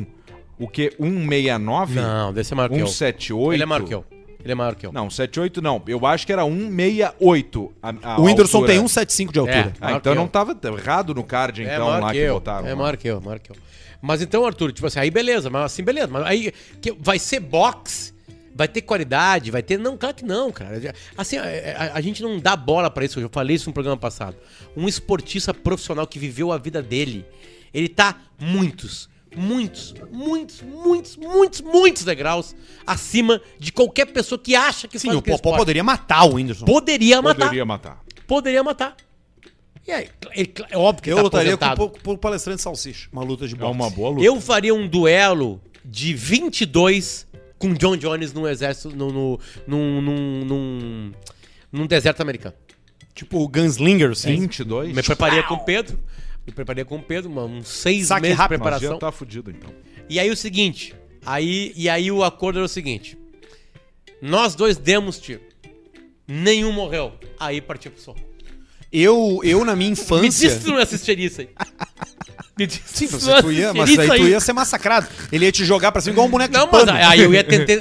O quê? 1,69? Não, deve ser maior que eu. 1,78? Ele é maior que eu. Ele é maior que eu. Não, 1,78 não. Eu acho que era 1,68 a O Whindersson altura. tem 1,75 de altura. É. Ah, então não tava errado no card, É então, maior lá que que eu. botaram. É lá. maior que eu, maior que eu. Mas então, Arthur, tipo assim, aí beleza, mas assim, beleza. Mas aí que vai ser boxe, vai ter qualidade, vai ter... Não, claro que não, cara. Assim, a gente não dá bola pra isso, eu já falei isso no programa passado. Um esportista profissional que viveu a vida dele, ele tá muitos muitos degraus acima de qualquer pessoa que acha que Sim, faz o aquele Popó esporte. poderia matar o Whindersson. Poderia matar. Poderia matar. E aí, é óbvio que Eu tá lutaria aposentado. com o palestrante Salsicha. Uma luta de É boxe. uma boa luta. Eu faria um duelo de 22 com John Jones num exército, num deserto americano. Tipo o Gunslinger, sim. 22? Me prepararia com o Pedro. Uns 6 Saque meses rápido. de Mas preparação. já tá fudido, então. E aí o seguinte, aí o acordo era o seguinte. Nós dois demos tiro. Nenhum morreu. Aí partiu pro soco. Eu na minha Me diz infância... se tu não assistiria isso aí. Me diz Sim, se tu você não tu ia, assistiria mas isso aí tu ia ser massacrado. Ele ia te jogar pra cima igual um boneco Não, de mas pano. aí eu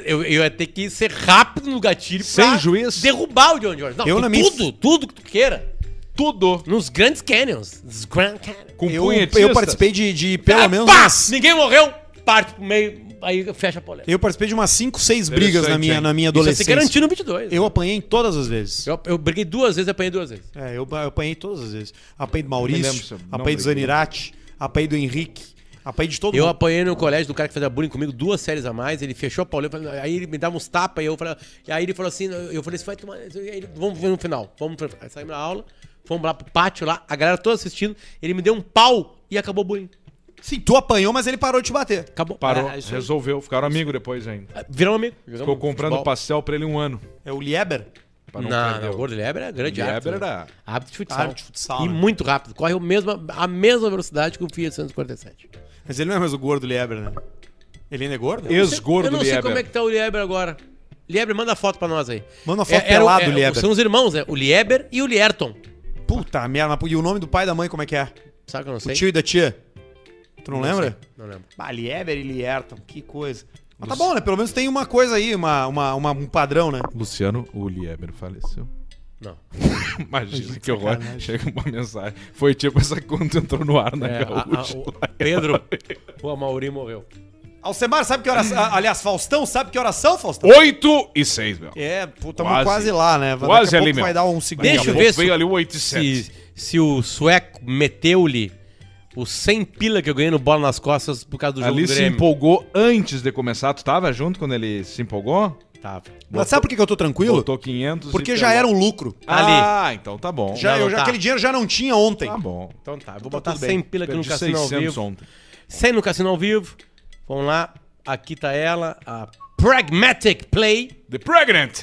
ia ter que ser rápido no gatilho Sem juiz. derrubar o John Jones. Não, Eu tu- na minha- tudo que tu queira. Tudo. Nos Grandes Canyons. Nos Grand Canyons. Com Eu punhetistas. participei de pelo Ah, menos pá! umas... Ninguém morreu, parte pro meio, aí fecha a polêmica. Eu participei de umas 5, 6 brigas na Interessante, minha Isso é se adolescência. garantir no 22. Eu apanhei em todas as vezes. Eu briguei 2 vezes e apanhei 2 vezes. Eu apanhei todas as vezes. Apanhei do Me lembro, Maurício, você não apanhei do brigou. Zanirati, apanhei do Henrique, apanhei de todo Eu mundo. apanhei no colégio do cara que fazia bullying comigo 2 séries a mais, ele fechou a pauleira, aí ele me dava uns tapas, e aí ele falou assim, eu falei assim, vai tomar, e aí ele, vamos ver no final, aí saímos da aula, fomos lá pro pátio lá, a galera toda assistindo, ele me deu um pau e acabou o bullying. Sim, tu apanhou, mas ele parou de te bater. Acabou. Parou, É, isso aí. resolveu. Ficaram amigos depois ainda. Virou um amigo. Ficou comprando pastel pra ele 1 ano. É o Lieber? Pra Não, perder não, o- o Gordo Leber é grande Lieber árbitro. né? era- Árbitro de futsal. Árbitro de futsal, E né? muito rápido. Corre a mesma velocidade que o Fiat 147. Mas ele não é mais o gordo Lieber, né? Ele ainda é gordo? Ex-gordo Eu não sei Lieber. como é que tá o Lieber agora. Lieber, manda foto pra nós aí. Manda uma foto pelado do Lieber. São os irmãos, né? O Lieber e o Lierton. Puta merda, mas e o nome do pai e da mãe como é que é? Sabe que eu não O sei? tio e da tia? Tu não lembra? sei, não lembro. Ah, Lieber e Lierton, que coisa. Mas tá bom, né? Pelo menos tem uma coisa aí, um padrão, né? Luciano, o Lieber faleceu. Não. Imagina que horror. Chega uma mensagem. Foi tipo essa quando tu entrou no ar na Gaúcha. O Pedro, o Amaury morreu. Alcemar, sabe que oração? Aliás, Faustão, sabe que oração, Faustão? 8:06, meu. É, pô, tamo Quase. quase lá, né? Quase Daqui a ali, pouco meu. vai dar um segundo. Deixa eu Daqui a ver pouco veio ali o 8:07. Se o sueco meteu-lhe os 100 pila que eu ganhei no Bola nas Costas por causa do jogo Ali do se Grêmio. empolgou antes de começar. Tu tava junto quando ele se empolgou? Tava. Mas sabe por que eu tô tranquilo? Botou 500 Porque e já pegou. era um lucro. Ah, então tá bom. Já, Não, tá. aquele dinheiro já não tinha ontem. Tá bom. Então tá, eu vou Tá botar tudo 100 bem. pila aqui no Perdi Cassino ao 600 Vivo. ontem. 100 no Cassino ao Vivo. Vamos lá. Aqui tá ela, a Pragmatic Play. The Pregnant.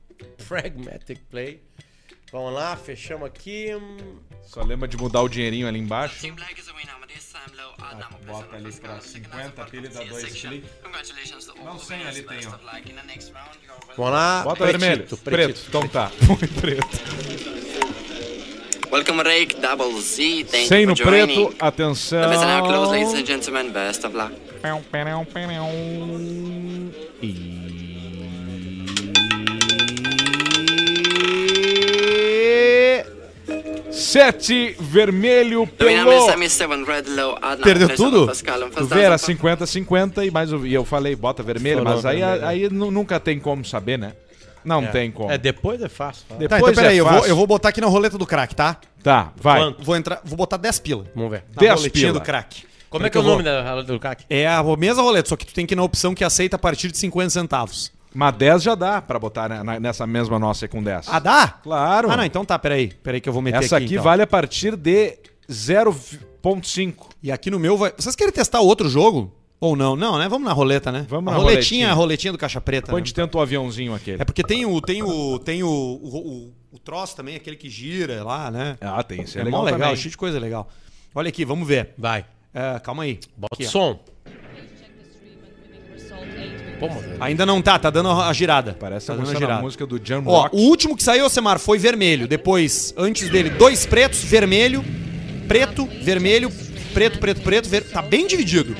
Pragmatic Play. Vamos lá, fechamos aqui. Só lembra de mudar o dinheirinho ali embaixo. Bota ali pra 50 pilha e dá 2 cliques. Não, 100 ali tem, ó. Vamos lá. Bota pretito, vermelho. pretito. Preto. Então tá. Foi preto. Welcome, Rake Double Z. Thank 100 you no for joining. preto. Atenção. Listen now close, ladies and gentlemen. Best of luck. Sete vermelho The winner is pelou. Semi-7 Red Low. Adnan. Perdeu Place on tudo? the first column, Tu first vê, era dozen. 50-50 e eu falei, bota vermelho, Falou mas aí, vermelho. aí nunca tem como saber, né? Não tem como. É, depois é fácil. Tá, Depois então peraí, é eu fácil. vou botar aqui na roleta do crack, tá? Tá, vai. Quanto? Vou botar 10 pila. Vamos ver. Na 10 roletinha pila. do crack. Como é que é o nome do CAC? É a mesma roleta, só que tu tem que ir na opção que aceita a partir de 50 centavos. Mas 10 já dá pra botar nessa mesma nossa com 10. Ah, dá? Claro. Ah, não, então tá, peraí. Peraí que eu vou meter Essa aqui, aqui então. vale a partir de 0,5. E aqui no meu vai... Vocês querem testar outro jogo? Ou não? Não, né? Vamos na roleta, né? Vamos a na roletinha. roletinha. A roletinha do Caixa Preta, Depois a né? gente tenta o aviãozinho aquele. É porque tem o troço também, aquele que gira lá, né? Ah, tem. Isso é É legal, mó legal, também. cheio de coisa legal. Olha aqui, vamos ver. Vai. Calma aí. Bota Aqui, o ó. som. Pô, mano. Ainda não tá dando a girada. Parece tá a dando música do Jam Ó, Rock. o último que saiu, Alcemar, foi vermelho. Depois, antes dele, 2 pretos, vermelho, preto, vermelho, preto, preto, preto. Tá bem dividido.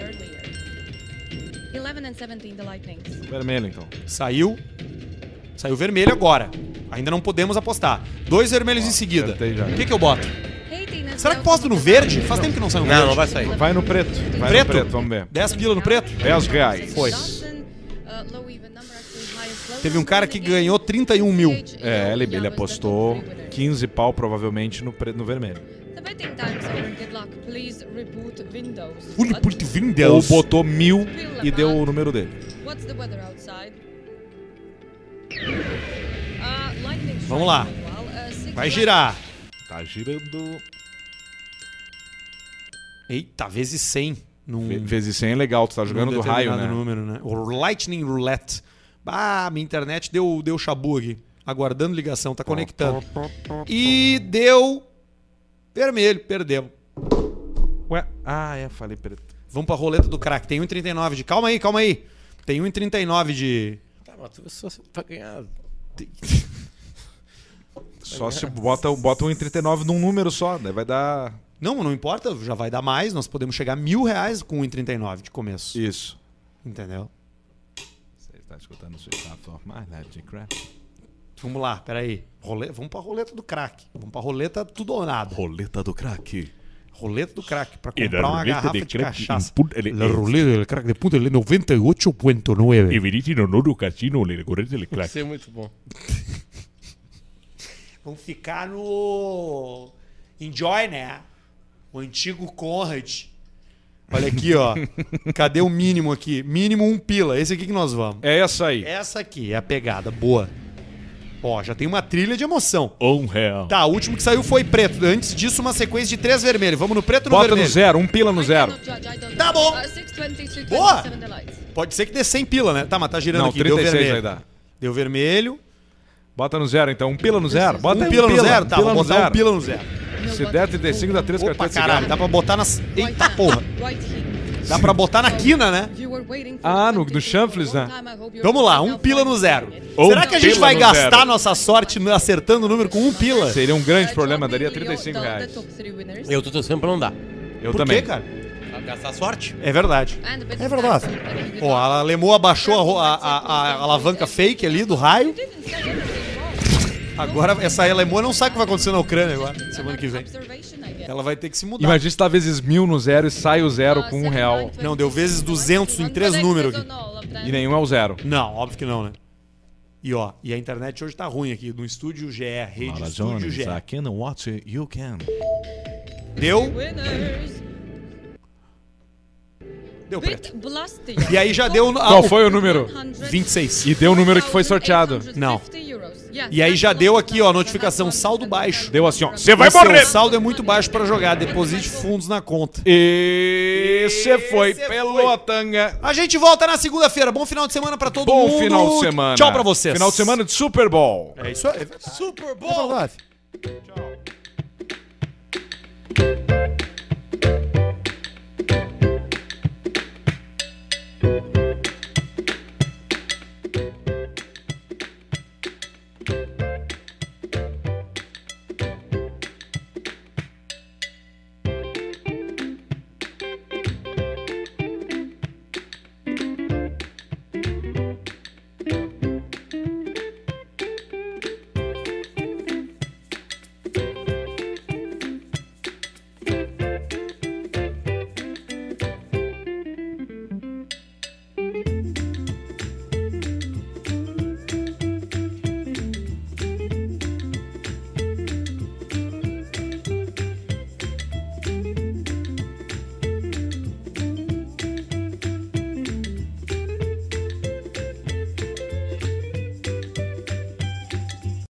11 and 17, the Lightnings. Vermelho, então. Saiu vermelho agora. Ainda não podemos apostar. 2 vermelhos em seguida. acertei já. O que eu boto? Será que posto no verde? Faz tempo que não sai no verde. Não, não vai sair. Vai no preto. Vai Preto? no preto, vamos ver. 10 pila no preto? 10 reais. Foi. Teve um cara que ganhou 31 mil. É, ele apostou 15 pau provavelmente no vermelho. 15 times over. Good luck. Please reboot Windows. Ou botou 1000 e deu o número dele. What's the weather outside? Lightning strike Vamos lá. meanwhile. Vai girar. Tá girando. Eita, vezes 100. Vezes 100 é legal, tu tá jogando do raio, né? Número, né? O Lightning Roulette. Ah, minha internet deu chabu aqui. Aguardando ligação, tá conectando. E deu vermelho, perdemos. Ué? Ah, falei preto. Vamos pra roleta do crack. Tem 1,39 de... Calma aí. Tem 1,39 de... Tá, mas tu só vai ganhar. Só se bota um 1,39 num número só, daí vai dar... Não importa, já vai dar mais. Nós podemos chegar a R$1.000 com 1,39 de começo. Isso. Entendeu? Você está escutando o Sweet of My Life de Crack? Vamos lá, peraí. Vamos pra roleta do crack. Vamos pra roleta tudo ou nada. Roleta do Crack. Roleta do crack pra E da comprar uma roleta garrafa de de crack cachaça. La ruleta del crack de punta é 98.9. Everiti no nodo casino, le correte le Vai crack. ser muito bom. Vamos ficar no... Enjoy, né? O antigo Conrad. Olha aqui, ó. Cadê o mínimo aqui? Mínimo 1 pila. Esse aqui que nós vamos. É essa aí. Essa aqui é a pegada. Boa. Ó, já tem uma trilha de emoção. R$1. Tá, o último que saiu foi preto. Antes disso, uma sequência de 3 vermelhos. Vamos no preto ou no Bota vermelho? no 0, 1 pila no 0. Tá bom. 620, Boa. 327 the lights. Pode ser que dê 100 pila, né? Tá, mas tá girando Não, aqui. Deu 36 vermelho. vai dar. Deu vermelho. Bota no 0 então, 1 pila no 0. Bota 1 aí pila no 0? Tá, pila vou no botar 1 zero. pila no 0. Se der 35, dá 3 Opa, cartões de caralho. cigarro. Dá pra botar nas... Eita porra. Right here. Dá pra botar na quina, né? You were waiting for Ah, no 22 chanfles, for a né? long time. I hope you're Vamos lá, now 1 pila no 0. Um Será que a gente pila vai no gastar zero. nossa sorte acertando o número com 1 pila? Seria um grande Uh, problema, John, daria will you 35 the reais. top 3 winners? Eu tô torcendo pra não dar. Eu Por também. quê, cara? Vai gastar sorte. É verdade. And a bit É of verdade. time, so good Ó, luck. a Lemô abaixou a alavanca fake ali do raio. Didn't say anything wrong. Agora, essa Lemô não sabe o que vai acontecer na Ucrânia agora, semana que vem. Observation, I guess. Ela vai ter que se mudar. Imagina se tá vezes 1000 no 0 e sai o 0 com R$1. Não, deu vezes 200 em 3 números aqui. E nenhum é o 0. Não, óbvio que não, né? E ó, e a internet hoje tá ruim aqui, no estúdio GE, rede estúdio GE. I can watch it, you can. Deu? Winners. Deu preto. Bit Blasty. E aí já deu... Qual foi o número? 26. E deu o número que foi sorteado. Não. E aí já deu aqui, ó, notificação saldo baixo. Deu assim, ó. Você vai Seu morrer! saldo é muito baixo pra jogar, deposite fundos na conta. Esse foi Esse Pelotanga. A gente volta na segunda-feira. Bom final de semana pra todo Bom mundo. final de semana. Tchau pra vocês. Final de semana de Super Bowl. É isso aí. Super Bowl. É verdade. Tchau.